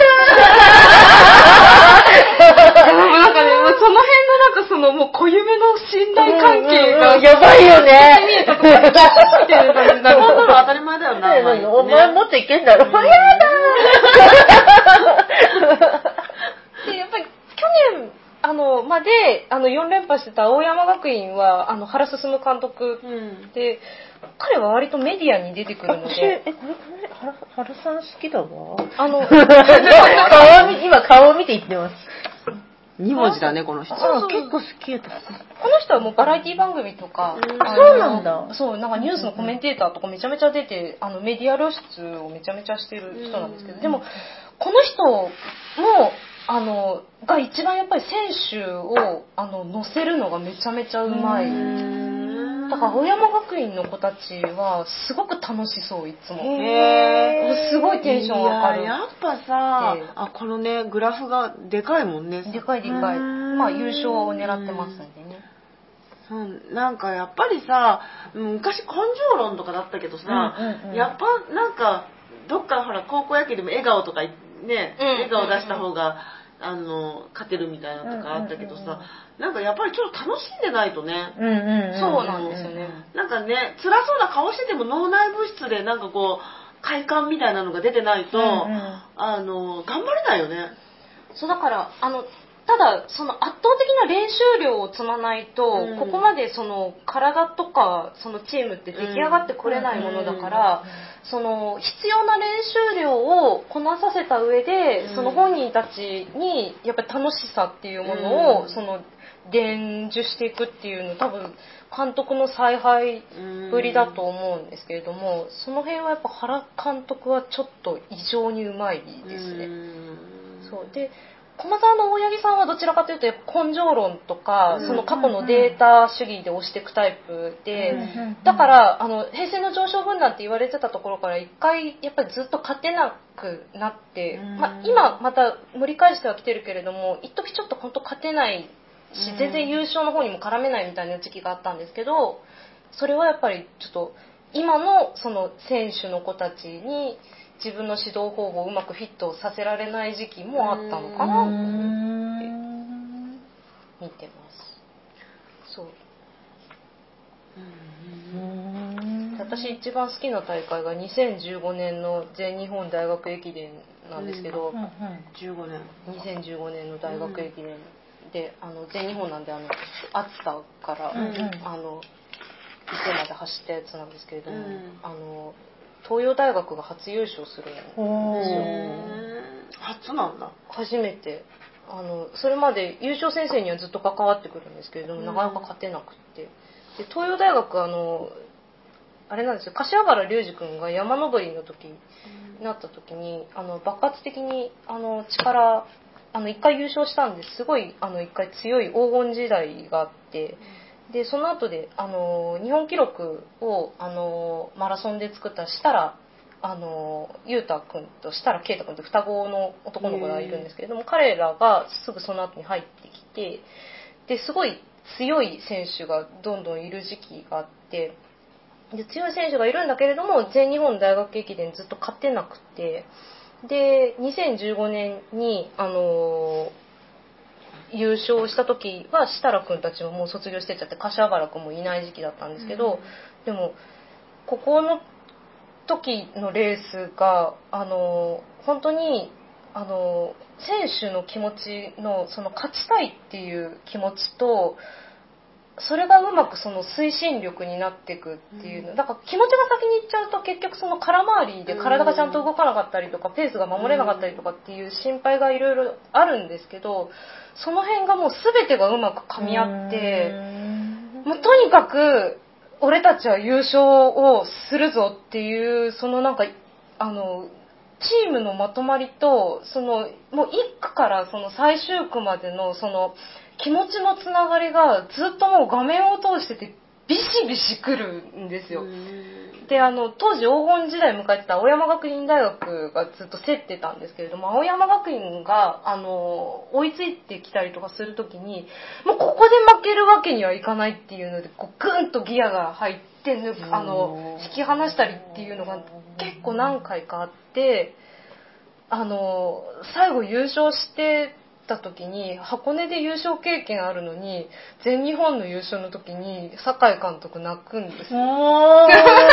でもなんかね、その辺のなんかそのもう濃ゆめの信頼関係が、 うんうんうん、やばいよね。 見えたところにキャッみたいな感じになる。 そんなの当たり前だよな。ね、 お前もっといけんだろ。うん、やだー。でやっぱり去年あのまであのよん連覇してた青山学院はあの原進監督で、うん、彼は割とメディアに出てくるので、 えこれこれ原原さん好きだわ。 あの顔今顔を見て言ってます。 に文字だねこの人。 ああ結構好きやった。この人はもうバラエティ番組とか、 うん、そうなんだ。 そうなんかニュースのコメンテーターとかめちゃめちゃ出てあのメディア露出をめちゃめちゃしてる人なんですけど、でもこの人もあのが一番やっぱり選手をあの乗せるのがめちゃめちゃうまい。だから青山学院の子たちはすごく楽しそういつも。へーすごいテンション上がる。 いややっぱさあこのねグラフがでかいもんね。 でかいでかい。まあ優勝を狙ってますんでね。 うん、なんかやっぱりさ昔根性論とかだったけどさ、うんうんうん、やっぱなんかどっかほら高校野球でも笑顔とかね、うん、笑顔出した方が、うん、あの勝てるみたいなのとかあったけどさ、うんうんうん、なんかやっぱりちょっと楽しんでないとね、 うんうんうん、そうなんですよね。 なんかね辛そうな顔してても脳内物質でなんかこう快感みたいなのが出てないと、うんうん、あの頑張れないよね。 そうだからあのただその圧倒的な練習量を積まないと、うん、ここまでその体とかそのチームって出来上がってこれないものだから、うんうん、その必要な練習量をこなさせた上で、うん、その本人たちにやっぱり楽しさっていうものを、うん、その伝授していくっていうの多分監督の采配ぶりだと思うんですけれども、その辺はやっぱ原監督はちょっと異常にうまいですね。うん、そうで駒澤の大八木さんはどちらかというとやっぱ根性論とか、うん、その過去のデータ主義で推していくタイプで、うん、だからあの平成の上昇軍団って言われてたところから一回やっぱりずっと勝てなくなって、うんまあ、今また盛り返してはきてるけれども一時ちょっと本当勝てないし、うん、全然優勝の方にも絡めないみたいな時期があったんですけど、それはやっぱりちょっと今のその選手の子たちに自分の指導方法をうまくフィットさせられない時期もあったのかなと思って見てます。そう。うん私一番好きな大会がにせんじゅうごねんの全日本大学駅伝なんですけど、うんうん、 じゅうごねんにせんじゅうごねんの大学駅伝で、あの全日本なんであの暑さから、うんうん、あの伊勢まで走ったやつなんですけれども、うん、あの東洋大学が初優勝するんですよ。 初なんだ。 初めて。あのそれまで優勝戦線にはずっと関わってくるんですけれども、なかなか勝てなくて、で東洋大学あのあれなんですよ、柏原隆二君が山登りの時になった時にあの爆発的にあの力あのいっかい優勝したんです。すごいあのいっかい強い黄金時代があって、でその後であの日本記録をあのマラソンで作った設楽あのゆうたくんと設楽圭太くんって双子の男の子がいるんですけれども、彼らがすぐその後に入ってきて、ですごい強い選手がどんどんいる時期があって、で強い選手がいるんだけれども全日本大学駅伝ずっと勝てなくて、でにせんじゅうごねんにあの優勝した時は設楽くんたちももう卒業してっちゃって柏原くんもいない時期だったんですけど、うん、でもここの時のレースがあの本当にあの選手の気持ちのその勝ちたいっていう気持ちと、それがうまくその推進力になっていくっていうの、うん、だから気持ちが先にいっちゃうと結局その空回りで体がちゃんと動かなかったりとか、ペースが守れなかったりとかっていう心配がいろいろあるんですけど、その辺がもう全てがうまく噛み合って、もうとにかく俺たちは優勝をするぞっていうそのなんかあのチームのまとまりと、そのもういっ区からその最終区までのその気持ちのつながりがずっともう画面を通しててビシビシ来るんですよ。であの当時黄金時代迎えてた青山学院大学がずっと競ってたんですけれども、青山学院があの追いついてきたりとかするときにもうここで負けるわけにはいかないっていうのでこうグンとギアが入ってあの引き離したりっていうのが結構何回かあって、あの最後優勝してた時に箱根で優勝経験あるのに全日本の優勝の時に酒井監督泣くんですよ。も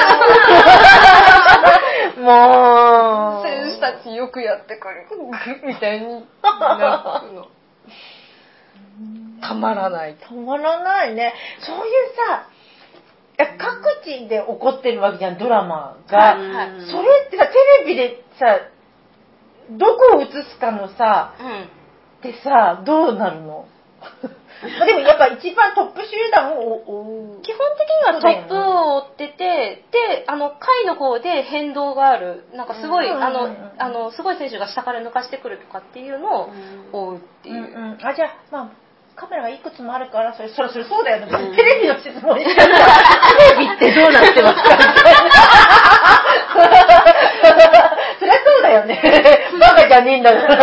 うもう選手たちよくやってくるみたいに泣くのたまらないたまらないね。そういうさ各地で起こってるわけじゃん、ドラマが、はい、それってさテレビでさどこを映すかのさ、うんでさ、どうなるのでもやっぱ一番トップ集団を追う。 基本的にはトップを追ってて、で、あの、下位の方で変動がある。なんかすごい、うん、あの、あの、すごい選手が下から抜かしてくるとかっていうのを追うっていう。うんうん、あ、じゃあ、まあ、カメラがいくつもあるから、それ、それ、それそうだよね。うん、テレビの質問にしたら、テレビってどうなってますかみたいな。そりゃそうだよね。バカじゃねえんだから。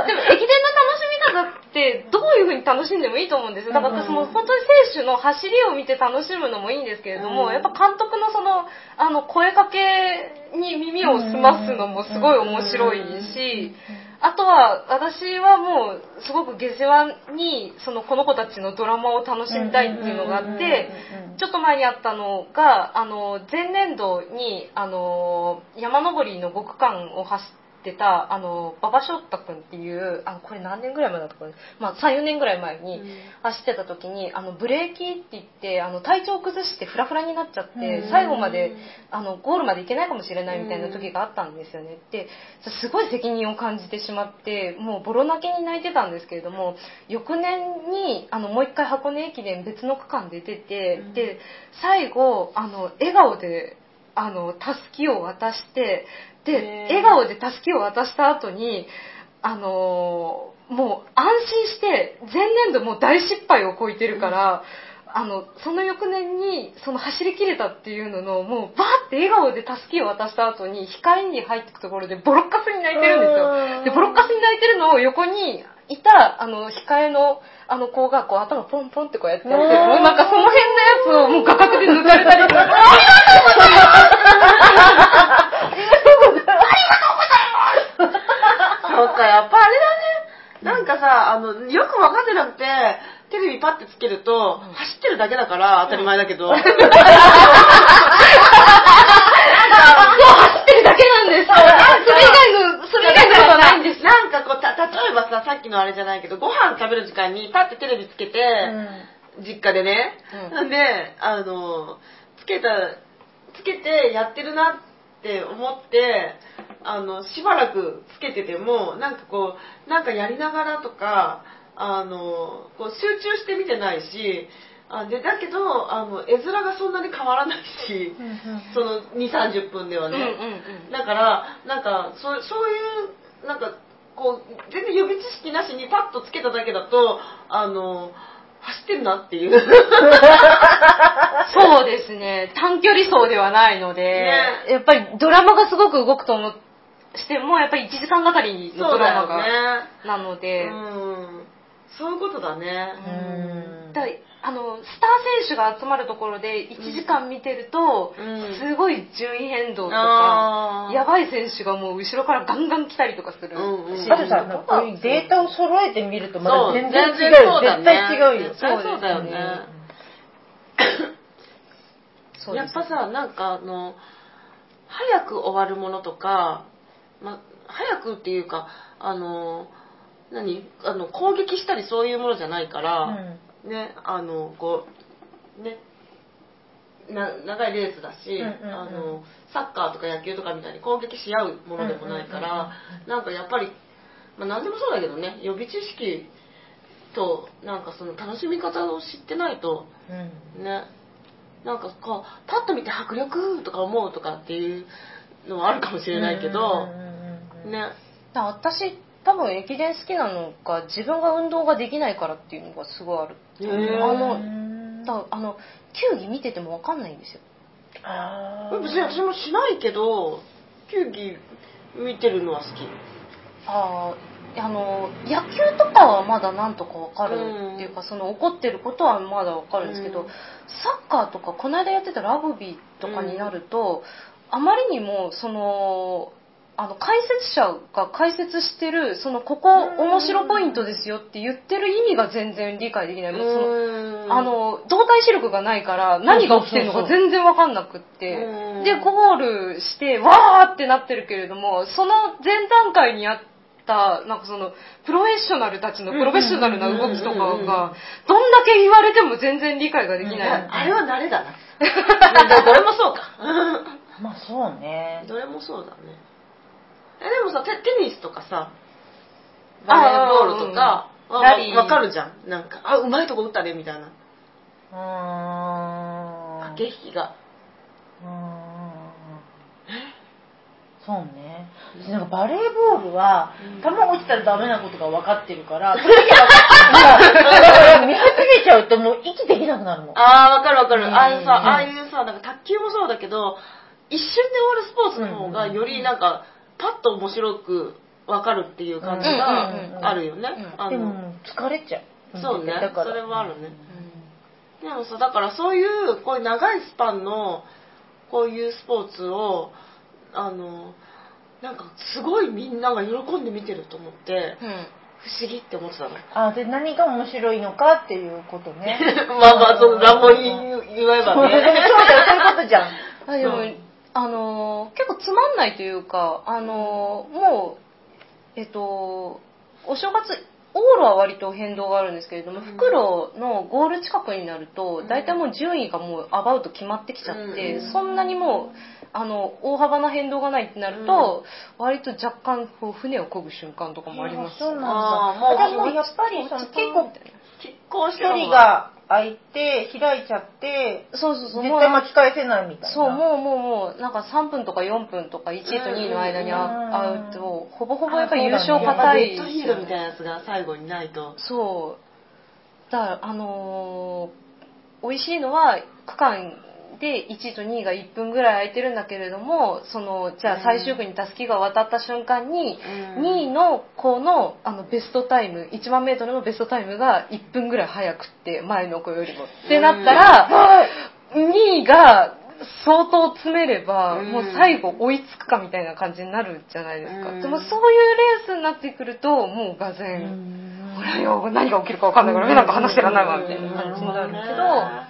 でも、駅伝の楽しみ方ってどういう風に楽しんでもいいと思うんですよ。だからその本当に選手の走りを見て楽しむのもいいんですけれども、やっぱ監督のそのあの声かけに耳を澄ますのもすごい面白いし、あとは私はもうすごく下世話にそのこの子たちのドラマを楽しみたいっていうのがあって、ちょっと前にあったのがあの前年度にあの山登りのご区間を走って出たあの馬場翔太君っていうあのこれ何年ぐらい前だったかな、まあ、さん、よねんぐらい前に走ってた時にあのブレーキって言ってあの体調を崩してフラフラになっちゃって最後まであのゴールまで行けないかもしれないみたいな時があったんですよね。ですごい責任を感じてしまってもうボロ泣きに泣いてたんですけれども、翌年にあのもう一回箱根駅伝別の区間で出て、で最後あの笑顔であのたすきを渡してで笑顔でたすきを渡した後にあのー、もう安心して前年度もう大失敗をこいてるから、うん、あのその翌年にその走り切れたっていうののもうバーって笑顔でたすきを渡した後に控えに入っていくところでボロッカスに泣いてるんですよ。でボロッカスに泣いてるのを横にいたあの控えのあの子がこう頭ポンポンってこうやってやって、もうなんかその辺のやつをもう画角で抜かれたりとかありがとうございますそうか、やっぱあれだね。なんかさ、あの、よく分かってなくて、テレビパッてつけると、うん、走ってるだけだから当たり前だけど。うん、そう、走ってるだけなんです。それ以外の、それ以外のことはないんです。 なんかこう、た、例えばさ、さっきのあれじゃないけど、ご飯食べる時間にパッてテレビつけて、うん、実家でね。なん、うん、で、あの、つけた、つけてやってるなって思って、あのしばらくつけててもなんかこうなんかやりながらとかあのこう集中して見てないし、あでだけどあの絵面がそんなに変わらないし、うんうん、そのにじゅう、さんじゅっぷんではね、うんうんうん、だからなんかそそういうなんかこう全然予備知識なしにパッとつけただけだとあの走ってんなっていう。 そうですね。短距離走ではないので、 ね、 やっぱりドラマがすごく動くと思しても、やっぱりいちじかんがかりのドラマが、ね、なので、 うん、そういうことだね。 うん、だあのスター選手が集まるところでいちじかん見てると、うん、すごい順位変動とか、やばい選手がもう後ろからガンガン来たりとかする、うんうん、 あとさ、こういうデータを揃えてみるとまた全然違うよ、絶対違うよ。 そうだよね。やっぱさ、なんかあの早く終わるものとか、ま、早くっていうかあの何あの攻撃したりそういうものじゃないから、うん、ねあのこうねな長いレースだし、うんうんうん、あのサッカーとか野球とかみたいに攻撃し合うものでもないから、うんうんうん、なんかやっぱり、まあ、何でもそうだけどね予備知識となんかその楽しみ方を知ってないと、うん、ねなんかこうパッと見て迫力とか思うとかっていうのはあるかもしれないけど、ね。 だ私多分駅伝好きなのが自分が運動ができないからっていうのがすごいある。あのだあの球技見てても分かんないんですよ。 あ別に私もしないけど球技見てるのは好き。 ああの野球とかはまだなんとか分かるっていうか、うん、その怒ってることはまだ分かるんですけど、うん、サッカーとかこの間やってたラグビーとかになると、うん、あまりにもそのあの解説者が解説してるそのここ面白ポイントですよって言ってる意味が全然理解できない。もうそのあの動体視力がないから何が起きてるのか全然分かんなくってでゴールしてわーってなってるけれどもその前段階にあってなんかそのプロフェッショナルたちのプロフェッショナルな動きとかがどんだけ言われても全然理解ができない、うん、 あれは慣れだなどれもそうかまあそうねどれもそうだねえでもさ テ, テニスとかさバレーボールとかわかるじゃんなんかあうまいとこ打ったねみたいなうーん駆け引きがうーんそうね。なんかバレーボールは、うん、球落ちたらダメなことが分かってるから、それだけ分かってる。見始めちゃうともう息できなくなるの。 ああ、分かる分かる。あのさ、ああいうさ、なんか卓球もそうだけど、一瞬で終わるスポーツの方がよりなんかパッと面白く分かるっていう感じがあるよね。 でも疲れちゃう。 そうね。それもあるね。うん、でもさ、だからそういうこういう長いスパンのこういうスポーツをあのなんかすごいみんなが喜んで見てると思って、うん、不思議って思ってたの。 あで何が面白いのかっていうことね。 まあまあその乱暴に言えばね。そうだよそういうことじゃん。 あでもあの結構つまんないというかあのもうえっとお正月往路は割と変動があるんですけれども、復路のゴール近くになると大体もう順位がもうアバウト決まってきちゃって、そんなにもうあの大幅な変動がないってなると、割と若干こう船を漕ぐ瞬間とかもあります。 そうなんだ。あでもやっぱりその結構距離が空いて開いちゃってそうそうそう絶対巻き返せないみたいな。 そうもうもうもうなんかさんぷんとかよんぷんとかいちいとにいの間に会うとほぼほぼやっぱり優勝硬い。 デッドヒートみたいなやつが最後にないと。 そうだからあのー、美味しいのは区間でいちいとにいがいっぷんぐらい空いてるんだけれどもそのじゃあ最終区にたすきが渡った瞬間に、うん、にいの子 の, あのベストタイムいちまんメートルのベストタイムがいっぷんぐらい早くって前の子よりもってなったら、うん、にいが相当詰めれば、うん、もう最後追いつくかみたいな感じになるじゃないですか、うん、でもそういうレースになってくるともうがぜんこれよ何が起きるか分かんないから目なんか話してらんないわみたいな感じになるけど、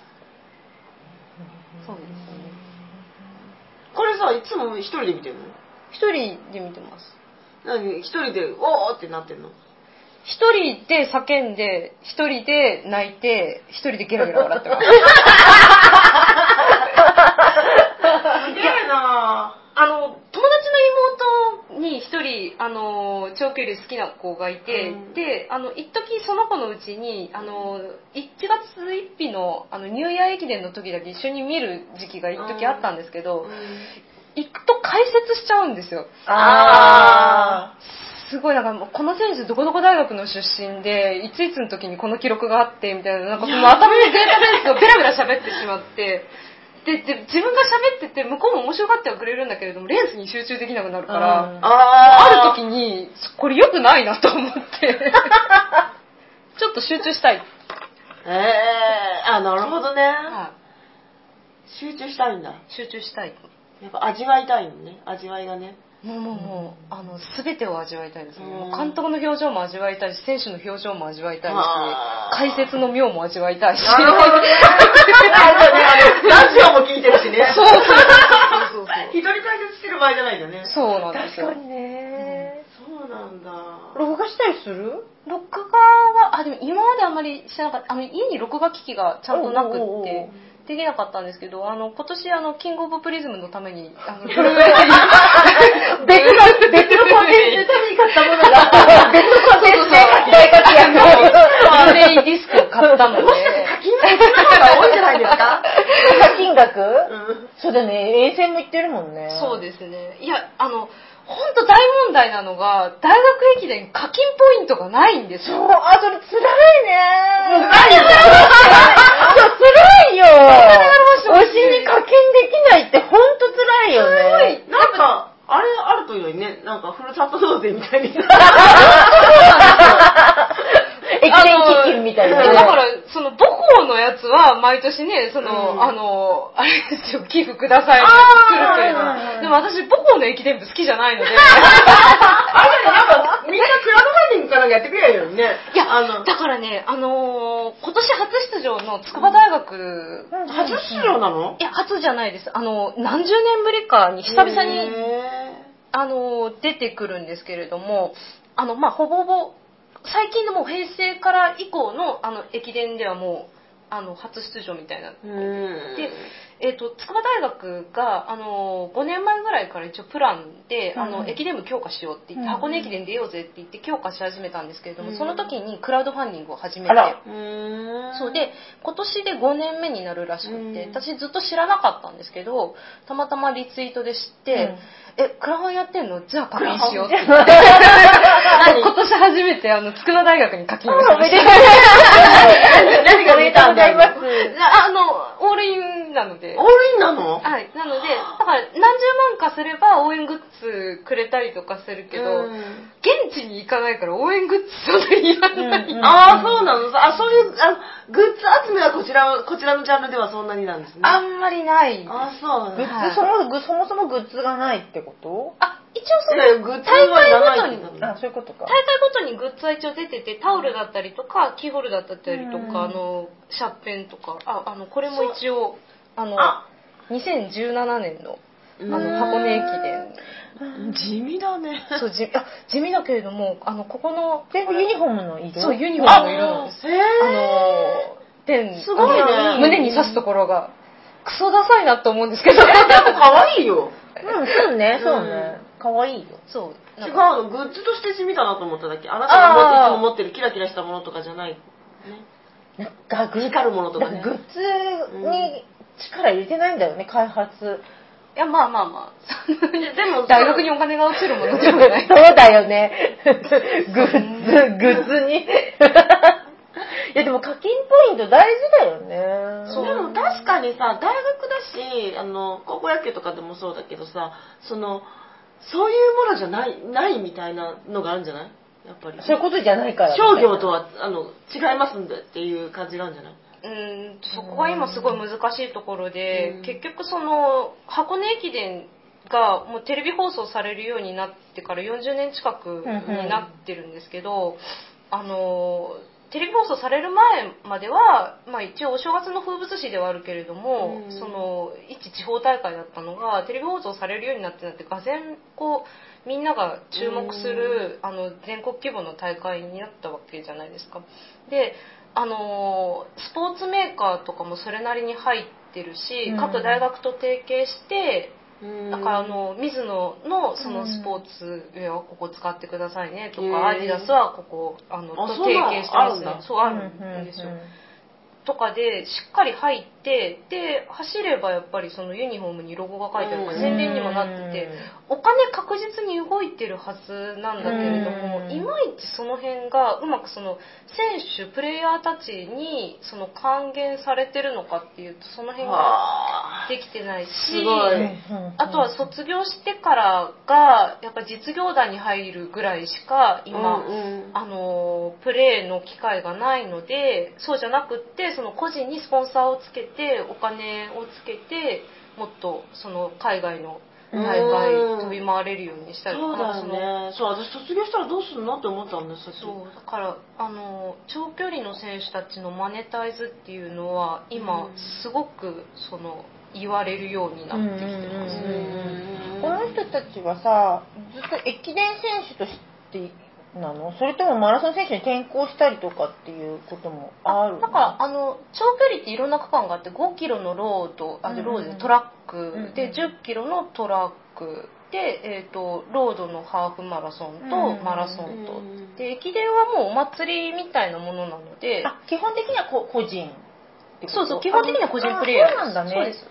そうですね。 これさいつも一人で見てるの？ 一人で見てます。 何一人でおーってなってんの？ 一人で叫んで一人で泣いて一人でゲラゲラ笑ってます。 すげえなあの友達の妹に一人あの長距離好きな子がいて、うん、であの一時その子のうちにあのいちがつついたちのあのニューイヤー駅伝の時だけ一緒に見る時期が一時あったんですけど、うん、行くと解説しちゃうんですよ。 あすごいなんかもうこの選手どこどこ大学の出身でいついつの時にこの記録があってみたいな、なんかもう頭にデータベースをベラベラ喋ってしまって、でで自分が喋ってて向こうも面白がってはくれるんだけれどもレースに集中できなくなるから、うん、あ, ある時にこれ良くないなと思ってちょっと集中したい。 えー、あ、なるほどね、はい、集中したいんだ。 集中したい。 やっぱ味わいたいのね、味わいがね。 もうもうもう、あの全てを味わいたいですね。もう監督の表情も味わいたいし、選手の表情も味わいたいし、解説の妙も味わいたいし。なるほどね。 ラジオも聞いてるしね。 そうそうそうそう。 一人解説してる場合じゃないんだよね。 そうなんですよ。 確かにね、 うん。そうなんだ。 録画したりする？ 録画は、あ、でも今まであんまりしてなかった。あの家に録画機器がちゃんとなくって。おうおうおう、できなかったんですけど、あの今年あのキングオブプリズムのためにあのブルーレイ別の別のコンテンツのために買ったものが別のコンテンツで大活躍のブルーレイディスクを買ったので、 課金額が多いんじゃないですか？ 課金額？うん、そうだね。遠征も行ってるもんね。 そうですね。いやあの。本当大問題なのが大学駅伝課金ポイントがないんですよ。 そう、あ、それ辛いね。もう辛いよ。辛いよ。推しに課金できないって本当辛いよね。 なんかあれあるといいのにね、なんかふるさと納税みたいに。 駅伝基金みたいな、ね。 だからその母校のやつは毎年ね、その、うん、あのあれですよ、寄付くださいのやつ来るけれども、でも私母校の駅伝部好きじゃないので。 あれなんかみんなクラウドファンディングかなんかやってくれるよね。 いや、あのだからね、あのー、今年初出場の筑波大学、 うん、初出場なの？ いや初じゃないです。あの何十年ぶりかに久々にあの出てくるんですけれども、あのまあほぼほぼ最近のもう平成から以降 の, あの駅伝ではもうあの初出場みたいな。で、えー、と筑波大学があのごねんまえぐらいから一応プランで、うん、あの駅伝部強化しようって言って、うん、箱根駅伝出ようぜって言って強化し始めたんですけれども、うん、その時にクラウドファンディングを始めて、そうで今年でごねんめになるらしくて、私ずっと知らなかったんですけど、たまたまリツイートで知って、うん、えクラファンやってんの？じゃあ課金しようって言って今年初めてあの筑波大学に課金をしました。 何が出たんだよ。 あのオールインなので。 オールインなの？ はい。なのでだから何十万かすれば応援グッズくれたりとかするけど、うん、現地に行かないから応援グッズそんなにいらない。 うんうん、ああそうなの。あ、そういうあグッズ集めはこちらこちらのジャンルではそんなになんですね。 あんまりない。 あ、そう。 グッズ、はい、そもそもそもグッズがないってこと？ あ、一応その大会ごとに、 あ、そういうことか。 大会ごとにグッズは一応出てて、タオルだったりとかキーホルダーだったりとか、あのシャーペンとか、あ、あのこれも一応あのあにせんじゅうななねんのあの箱根駅伝。 地味だね。 そう地あ地味だけれども、あのここの全部ユニフォームの色。 そうユニフォームの色なんです。あの点すごいね。 胸に刺すところがクソダサいなと思うんですけど。 でも可愛いよ。 うん、そうね、そうね。可愛いよ。 そう。 違うの、グッズとして地味だなと思っただけ。あなたがいつも持ってるキラキラしたものとかじゃない。ね。 なんか光るものとかね。 グッズに力入れてないんだよね、開発。 いや、まあまあまあ。でも、大学にお金が落ちるものではない。 そうだよね。グッズ、グッズに。いやでも課金ポイント大事だよね。 そう。でも確かにさ、大学だし、あの高校野球とかでもそうだけどさ、そのそういうものじゃないないみたいなのがあるんじゃない？やっぱり。 そういうことじゃないから。 商業とはあの違いますんでっていう感じなんじゃない？ うん、そこが今すごい難しいところで、結局その箱根駅伝がもうテレビ放送されるようになってからよんじゅうねん近くになってるんですけど、あのテレビ放送される前までは、まあ、一応お正月の風物詩ではあるけれども、その一地方大会だったのがテレビ放送されるようになってなって、がぜんこうみんなが注目するあの全国規模の大会になったわけじゃないですか。であのスポーツメーカーとかもそれなりに入ってるし、うん、各大学と提携して、うん、だからあのミズノのそのスポーツウェアをここ使ってくださいねとか、うん、アディダスはここあのと提携してますね。そうあるんですよ。 とかでしっかり入ってで走ればやっぱりそのユニフォームにロゴが書いてあるから宣伝にもなっててお金確実に動いてるはずなんだけれどもいまいちその辺がうまくその選手プレイヤーたちにその還元されてるのかっていうとその辺ができてないしすごいあとは卒業してからがやっぱ実業団に入るぐらいしか今、うんうん、あのプレーの機会がないのでそうじゃなくってその個人にスポンサーをつけてお金をつけてもっとその海外の大会飛び回れるようにしたりそうだよね。そう私卒業したらどうするのって思ったんですそうだからあの長距離の選手たちのマネタイズっていうのは今すごくその言われるようになってきてますね。 この人たちはさずっと駅伝選手としてなの？それともマラソン選手に転向したりとかっていうこともあるの？ だからあの長距離っていろんな区間があってごキロのロードあでロードでトラックでじゅっキロのトラックで、えー、とロードのハーフマラソンとマラソンとで駅伝はもうお祭りみたいなものなのであ基本的には個人そうそう基本的には個人プレイヤーです。 そうなんだね。そうです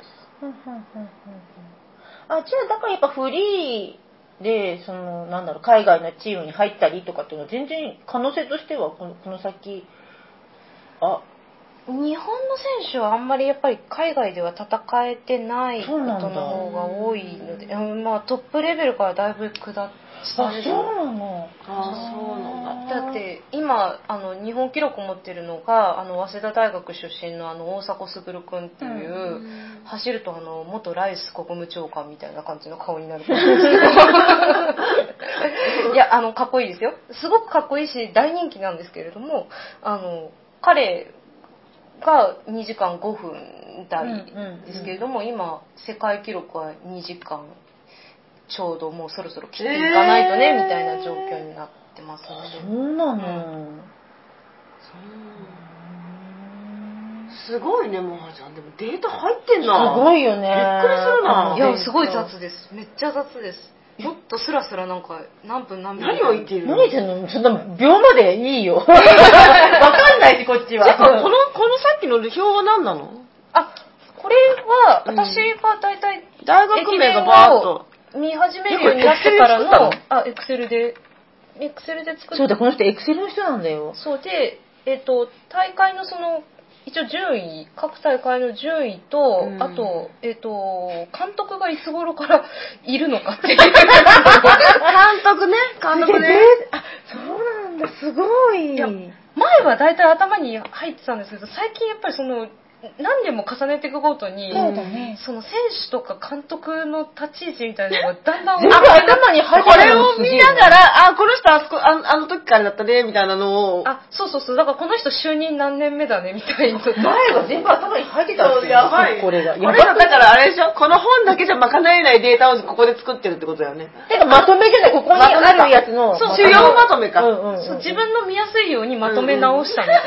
あじゃあだからやっぱフリーでそのなんだろう海外のチームに入ったりとかっていうのは全然可能性としてはこの、この先あ日本の選手はあんまりやっぱり海外では戦えてないことの方が多いので、うんまあ、トップレベルからだいぶ下ってあそうなのあそうなんだ。 だって今あの日本記録を持ってるのがあの早稲田大学出身のあの大迫傑君っていう、うん、走るとあの元ライス国務長官みたいな感じの顔になるんですけどいやあのかっこいいですよすごくかっこいいし大人気なんですけれどもあの彼がにじかんごふん台ですけれども、うんうんうん、今世界記録はにじかんちょうどもうそろそろ切っていかないとね、えー、みたいな状況になってますのでそうなの、うん、 すごいねもはちゃんでもデータ入ってんなすごいよねびっくりするな。 いやすごい雑ですめっちゃ雑ですもっとスラスラなんか何分何秒何を言っているの何言ってんのそんな秒までいいよわかんないしこっちはこのこのさっきの表は何なのあこれは私が大体大学名がバーッと見始めるようになってからのあエクセルでエクセルで作ったそうだこの人エクセルの人なんだよそうでえっ、ー、と大会のその一応順位各大会の順位と、うん、あとえっ、ー、と監督がいつ頃からいるのかっていう監督ね監督ねあそうなんだすごい。 いや前は大体頭に入ってたんですけど最近やっぱりその何年も重ねていくごとに、 そうだね、 その選手とか監督の立ち位置みたいなのがだんだん全部頭に入ってこれを見ながらあこの人あそこ あ, あの時からだったねみたいなのをあそうそうそうだからこの人就任何年目だねみたいな前は全部頭に入ってたんですよやばいこれがやばいこれがだからあれでしょこの本だけじゃ賄えないデータをここで作ってるってことだよねてかまとめじゃないここにあるやつのそう主要まとめか、 うんうんうん、そう自分の見やすいようにまとめ直したみたいな、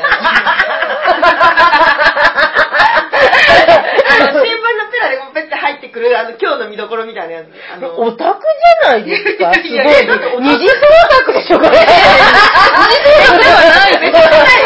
あの新聞のペラでペッて入ってくるあの今日の見どころみたいなやつあのオタクじゃないですかすごい二次創作でしょこれ二次創作ではないです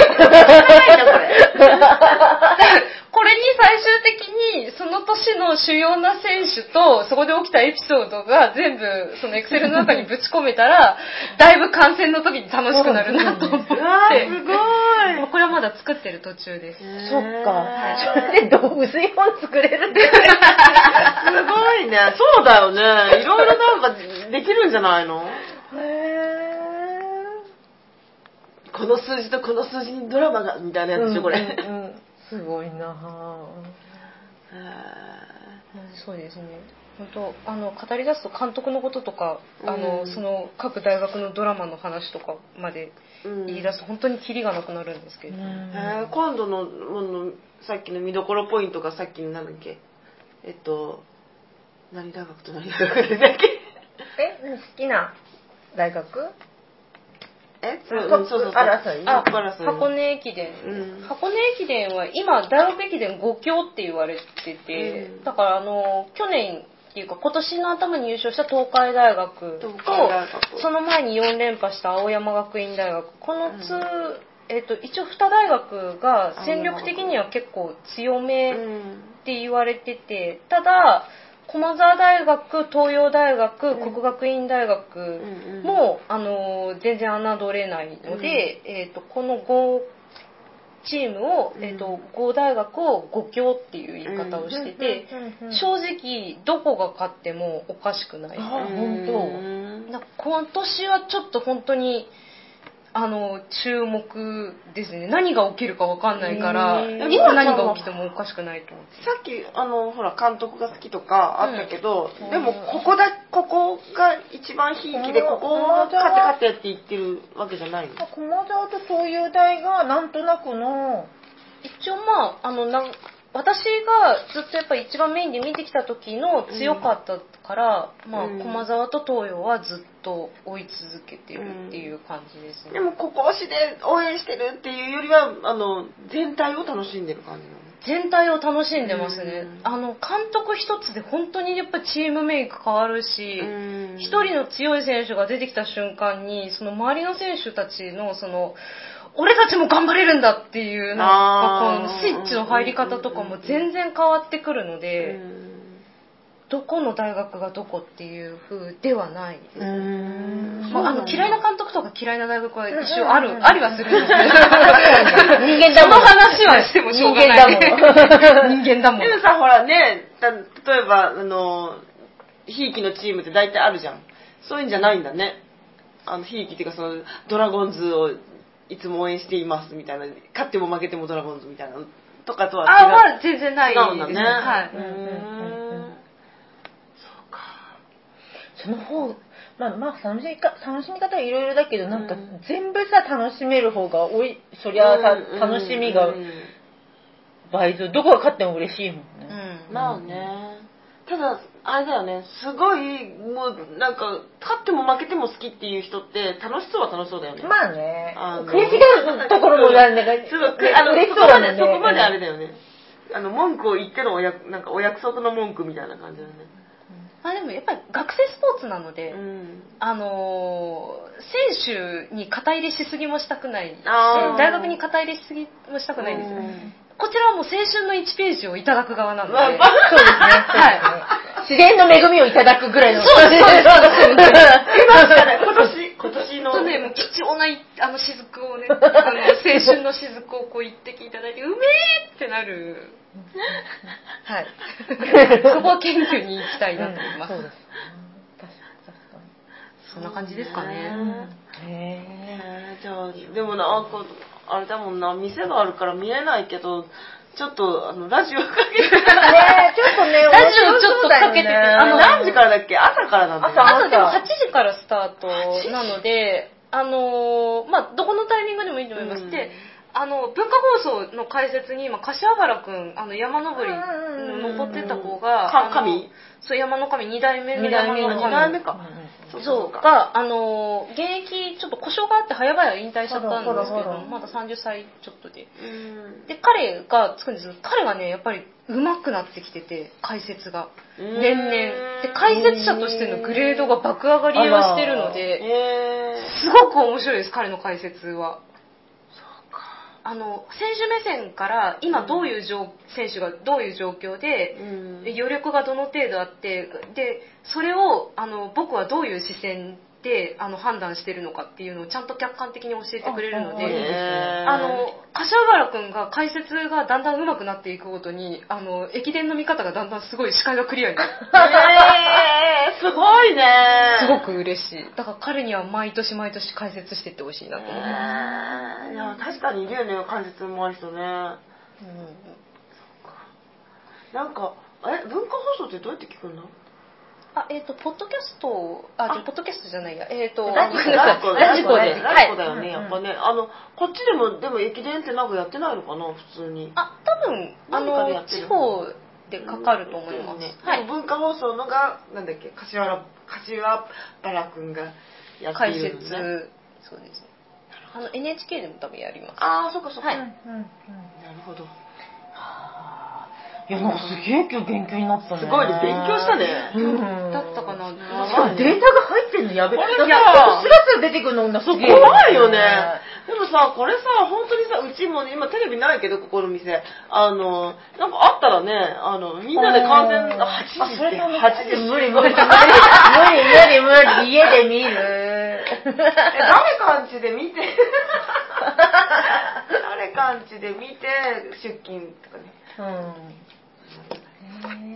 これに最終的にその年の主要な選手とそこで起きたエピソードが全部そのエクセルの中にぶち込めたらだいぶ観戦の時に楽しくなるなと思って、 うわーすごいこれはまだ作ってる途中です。 そっか、それでどう薄い本作れるんですすごいねそうだよねいろいろなんかできるんじゃないのへーこの数字とこの数字にドラマがみたいなやつでしょ、うん、これ、うんうんすごいなぁ。 そうですね。本当あの語り出すと監督のこととか、うん、あのその各大学のドラマの話とかまで言い出すと、うん、本当にキリがなくなるんですけど。うんえー、今度のものさっきの見どころポイントがさっきのなんだっけえっと何大学と何大学だっけ？え好きな大学？ えそうそうそうそう争いあ箱根駅伝、うん、箱根駅伝は今大学駅伝ご強って言われてて、うん、だからあの去年っていうか今年の頭に優勝した東海大学とその前によん連覇した青山学院大学このにえーと、一応に大学が戦力的には結構強めって言われてて、ただ駒澤大学、東洋大学、うん、国学院大学も、うんうん、あの全然侮れないので、うん、えーと、このごチームを、えーと、ご大学をご強っていう言い方をしてて、うん、正直どこが勝ってもおかしくない。 あ、本当。 なんか今年はちょっと本当にあの注目ですね。何が起きるか分かんないから、いつ何が起きてもおかしくないと思って。 さっきあのほら監督が好きとかあったけど、うん、でもここだここが一番ひいきでここが勝って勝ってって言ってるわけじゃないの。 駒澤と東洋大がなんとなくの一応まああのなん私がずっとやっぱり一番メインで見てきた時の強かったから、うん、まあ、駒澤と東洋はずっと追い続けてるっていう感じですね。 でもここ推しで応援してるっていうよりはあの全体を楽しんでる感じなの。 全体を楽しんでますね。あの監督一つで本当にやっぱチームメイク変わるし、一人の強い選手が出てきた瞬間にその周りの選手たちのその俺たちも頑張れるんだっていうなんかこのスイッチの入り方とかも全然変わってくるので、どこの大学がどこっていう風ではないです。うーん、まあ、あの嫌いな監督とか嫌いな大学は一応ある、ありはするんですけど人間だもん。その話はしてもしょうがない。人間だもん。 でもさ、ほらね、例えばあのひいきのチームって大体あるじゃん。そういうんじゃないんだね。あのひいきっていうかそのドラゴンズをいつも応援していますみたいな、勝っても負けてもドラゴンズみたいなとかとは違う。 あ、まあ全然ないですね。違うんだね。はい。うーん。 そうか。その方、まあまあ楽しみか楽しみ方はいろいろだけど、なんか全部さ楽しめる方が多い。そりゃさ、楽しみが倍増。どこが勝っても嬉しいもんね。 うん。まあね。ただあれだよね、すごいもうなんか勝っても負けても好きっていう人って楽しそうは楽しそうだよね。 まあね、悔しがるところもなんだかすごいあの嬉しそうだね。そこまであれだよね。あの文句を言ってのおやなんかお約束の文句みたいな感じだね。 まあでもやっぱり学生スポーツなので、うん、あの選手に肩入れしすぎもしたくない、大学に肩入れしすぎもしたくないんですよ。こちらはもう青春のいちページをいただく側なので、そうですね。 はい。自然の恵みをいただくぐらいの。 そうです、そうです。 今年、今年の。 ね、もう貴重なあの雫をね、あの青春の雫をこう一滴いただいて、うめーってなる。はい。そこは謙虚に行きたいなと思います。うん、そうです。確かに。そんな感じですかね。 へー。じゃあ、でもなんか、あれだもんな、店があるから見えないけど、ちょっとあのラジオかけてね、ちょっとね、 ラジオちょっとかけてて、 あの何時からだっけ？朝からなんだよね。 朝でもはちじからスタートなので、あのまあどこのタイミングでもいいと思います。で、あの文化放送の解説に今柏原くん、あの山登りの登ってた子が、 神？ そう山の神に代目の山の神。 に代目か。 そうが、あの現役ちょっと故障があって早々引退しちゃったんですけど、まださんじゅっさいちょっとで、で彼がつくんですけど、彼がねやっぱり上手くなってきてて、解説が年々で解説者としてのグレードが爆上がりをしてるので、すごく面白いです、彼の解説は。あの選手目線から今どういう選手がどういう状況で、うん、余力がどの程度あって、でそれをあの僕はどういう視線であの判断してるのかっていうのをちゃんと客観的に教えてくれるので、あの柏原くんが解説がだんだん上手くなっていくごとに、あの駅伝の見方がだんだんすごい視界がクリアになる。 えー、すごいね。 すごく嬉しい。だから彼には毎年毎年解説していってほしいなと思ってます。 えー、いや確かにいるよね、解説もある人ね。うん、なんかえ文化放送ってどうやって聞くんだ？ あ、えっ、ー、と、ポッドキャスト、あ、あポッドキャストじゃないや、えっ、ー、と、 ラジコ、 ラジコで、 ラジコだよね、やっぱね。あの、こっちでも、でも駅伝ってなんかやってないのかな、普通に。 あ、多分、あの、地方でかかると思います。ね、 はい。文化放送のが、なんだっけ、柏原、柏原くんがやっているのね。解説、 そうですね。あの、エヌエイチケー でも多分やります。 ああ、そっかそっか。はい。うんうん、なるほど。 いや、なんかすげえ今日勉強になったね。 すごいね、勉強したね。 うん。だったかな。 しかもデータが入ってんのやべえ。これさ、スラスラ出てくるのがすげえ。 怖いよね。 でもさ、これさ、本当にさ、うちもね、今テレビないけど、ここの店。あの、なんかあったらね、あの、みんなで観戦、はちじって、はちじ無理無理無理無理無理無理、家で見る。 誰かんちで見て、誰かんちで見て、出勤とかね。 うん。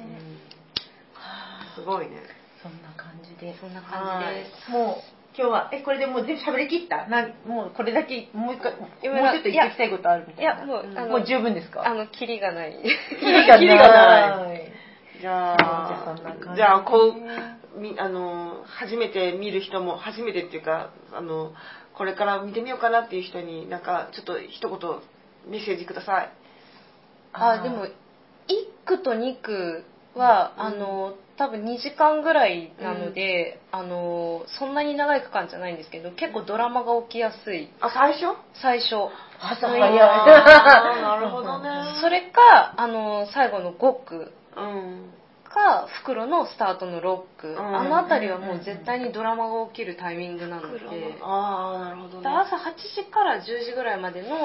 すごいね。 そんな感じで。 そんな感じです。 もう、今日は、え、これでもう全部喋り切ったなもうこれだけ、もう一回、もうちょっと言っておきたいことあるみたいな。 いや、もう、あのもう十分ですか？ あの、キリがない。 キリがない。 ない。じゃあ、 じゃあそんな感じでじゃあ、こう、み、あの、初めて見る人も、初めてっていうか、あの、これから見てみようかなっていう人に、なんか、ちょっと一言、メッセージください。 あ、でも、いっくとにくは、うん、あの、多分にじかんぐらいなので、うん、あの、そんなに長い区間じゃないんですけど、結構ドラマが起きやすい。 あ、最初最初。 朝早い。 あなるほどね。 それか、あの、最後のごく。 うんか袋のスタートのロック、 うん、 あのあたりはもう絶対にドラマが起きるタイミングなので、 ああなるほどね。 朝はちじからじゅうじぐらいまでの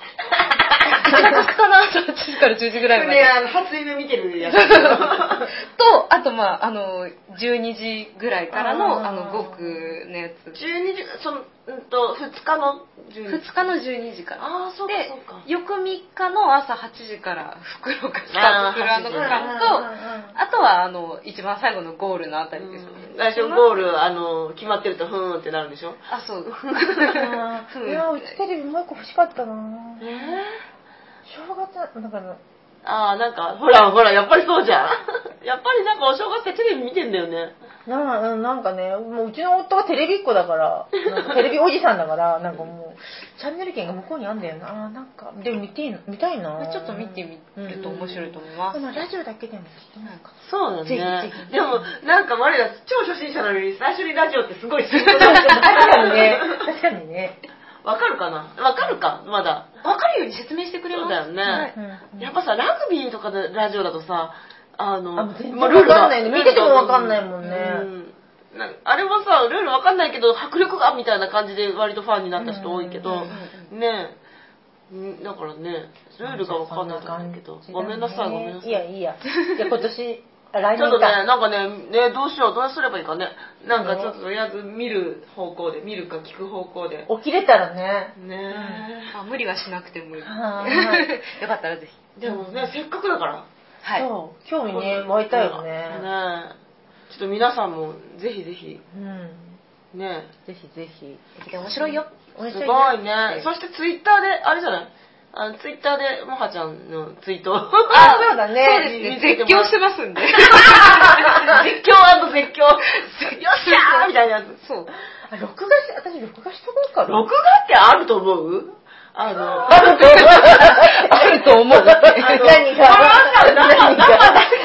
かな朝はちじからじゅうじぐらいまで、 ね、あの初夢見てるやつとあとまああのじゅうにじぐらいからのあのごくのやつ、 じゅうにじそのうんとふつかのじゅうにじふつかのじゅうにじから、 ああそうかでそうか翌みっかの朝はちじから袋がスタートするあの区間と、あとはあの一番最後のゴールのあたりですね。 最初ゴールあの決まってるとふーんってなるんでしょ。 あそういやうちテレビもう一個欲しかったな。 えー、 正月だからああなんかほらほらやっぱりそうじゃんやっぱりなんかお正月ってテレビ見てんだよね。 ななんかねもううちの夫がテレビっ子だからなんかテレビおじさんだからなんかもうチャンネル権が向こうにあんだよな。あなんかでも見て見たいな。 ちょっと見てみると面白いと思います。 でもラジオだけでもきっとなんかそうだね。 ぜひぜひでもなんか我ら超初心者なのに最初にラジオってすごいする確かにね確かにね。 わかるかなわかるかまだ。 わかるように説明してくれます。 そうだよね。 はいうん、やっぱさラグビーとかでラジオだとさあのあ全然わかんないね。見ててもわかんないもんね。 うんなんかあれはさルールわかんないけど迫力がみたいな感じで割とファンになった人多いけど、ねえだからねルールがわかんないと思うけど、ごめんなさいごめんなさい。 いやいいや。じゃあ今年来年か。 ちょっとねなんかねねどうしようどうすればいいかね。なんかちょっととりあえず見る方向で見るか聞く方向で。 起きれたらね。 ねえ、うん、あ無理はしなくてもいい。よかったらぜひ。 でもねせっかくだから。 はい。そう興味ね湧いたよね。 ねちょっと皆さんもぜひぜひ、 うん、 ねぜひぜひ面白いよ。 すごいね。そしてツイッターであれじゃない？あのツイッターでもはちゃんのツイート。 あそうだね。 そうですね。絶叫してますんで。 絶叫&絶叫。よっしゃーみたいなやつ。 そう。あ録画し私録画しとこうかな。 録画ってあると思う？あのあると思う。 あると思う。 何が何が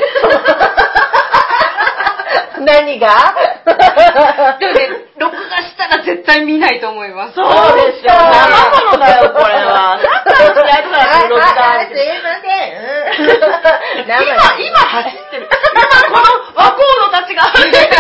何がでもね、録画したら絶対見ないと思います。 そうでしょ。生ものだよ、これは。だからそれやつだよ、録画。 すいません。 今、今走ってる。今この和コードたちが。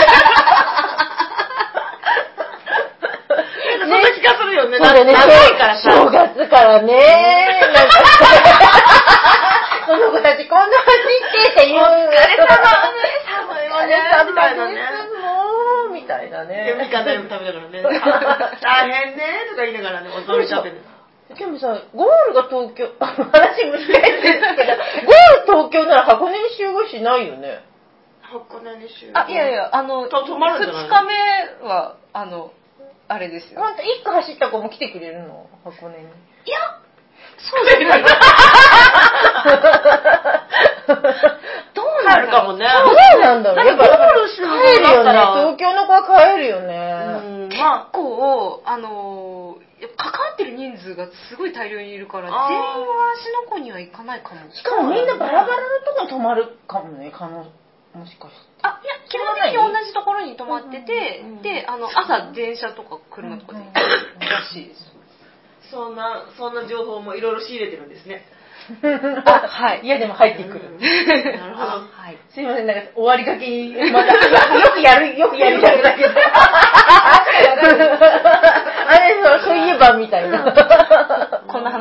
そんな気がするよね。長いからさ。 正月からね。なんかこの子たちこんな走ってっていう。 お疲れ様ね。寒いわね。みたいなね。 もうみたいなね。 みかんだよ食べながらね。大変ねとか言いながらね、踊り食べる。 でもさ、ゴールが東京、話難しいですけど、ゴール東京なら箱根に集合しないよね。 箱根に集合。 あ、いやいや、あの、 泊まるんじゃないの？ ふつかめは、あの、あれですよ。 ほんと、いっこ走った子も来てくれるの箱根に。 いや、そうですね。どうなるかもね。 どうなんだろう。やっぱ帰るよね。東京の子は帰るよね。 結構、あの、関わってる人数がすごい大量にいるから、全員は芦ノ湖には行かないかも。 しかもみんなバラバラのとこに泊まるかもね、可能。もしかして。 あ、いや、基本的に同じところに泊まってて、で、あの、朝電車とか車とかで行くらしいです。 そんな、そんな情報もいろいろ仕入れてるんですね。 あ、はい。いやでも入ってくる。 なるほど。 はい。すいません、なんか終わりがけに、また、よくやる、よくやりたくだけど。あれ、そういえばみたいな。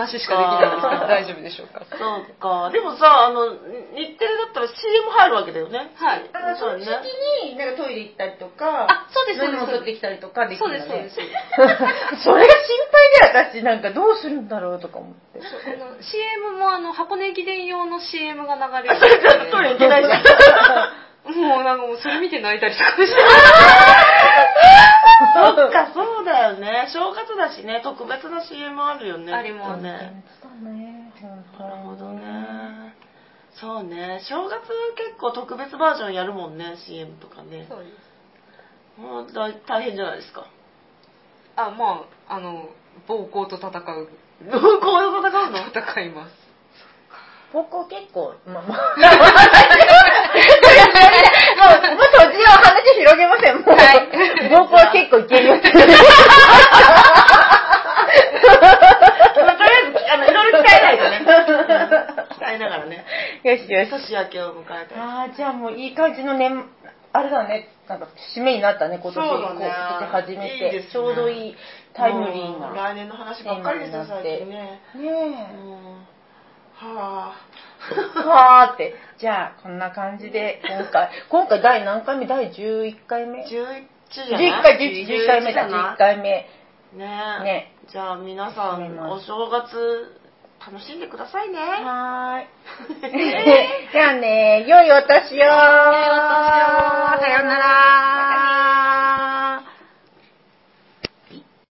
話しかできないんですけど、大丈夫でしょうか。 そうか。でもさ、あの、日テレだったら シーエム 入るわけだよね。 はい。 だからその時に、なんかトイレ行ったりとか、 あ、そうです、そうです。 飲み物取ってきたりとかできるのね。 そうです、そうです。 それが心配で私なんかどうするんだろうとか思って。 そうあの シーエム もあの箱根駅伝用の シーエム が流れる。 それじゃトイレ行けないじゃん。 もうなんかもうそれ見て泣いたりとかして。 そっか、そうだよね。正月だしね、特別な シーエム あるよね。 ありますね。 そうだね。 なるほどね。そうね。正月結構特別バージョンやるもんね、シーエム とかね。 そうです。 もう大大変じゃないですか。 あ、まあ、あの、暴行と戦う。 暴行と戦うの？ 戦います。 暴行結構、まあまあ。もう、もうそっちの話広げません。もう、はい、暴行は結構いけるよって。とりあえず、あの、いろいろ鍛えないとね。鍛えながらね。 よしよし。 年明けを迎えた。 ああ、じゃあもういい感じの年、あれだね、なんか締めになったね、今年。 そうだね。 今年初めて。 いいですね、 ちょうどいい、タイムリーな。 来年の話ばっかりですよ、最近ね。 ねえ。 はぁ。はぁって。じゃあ、こんな感じで、今回、今回第何回目？第じゅういっかいめ ?じゅういち じゃない ?じゅういっかい、じゅういっかいめだ、じゅういっかいめ。 ねえ。 ねじゃあ皆さん、お正月、楽しんでくださいね。 はーい。じゃあね、良いお年を。良いお年を。さようなら。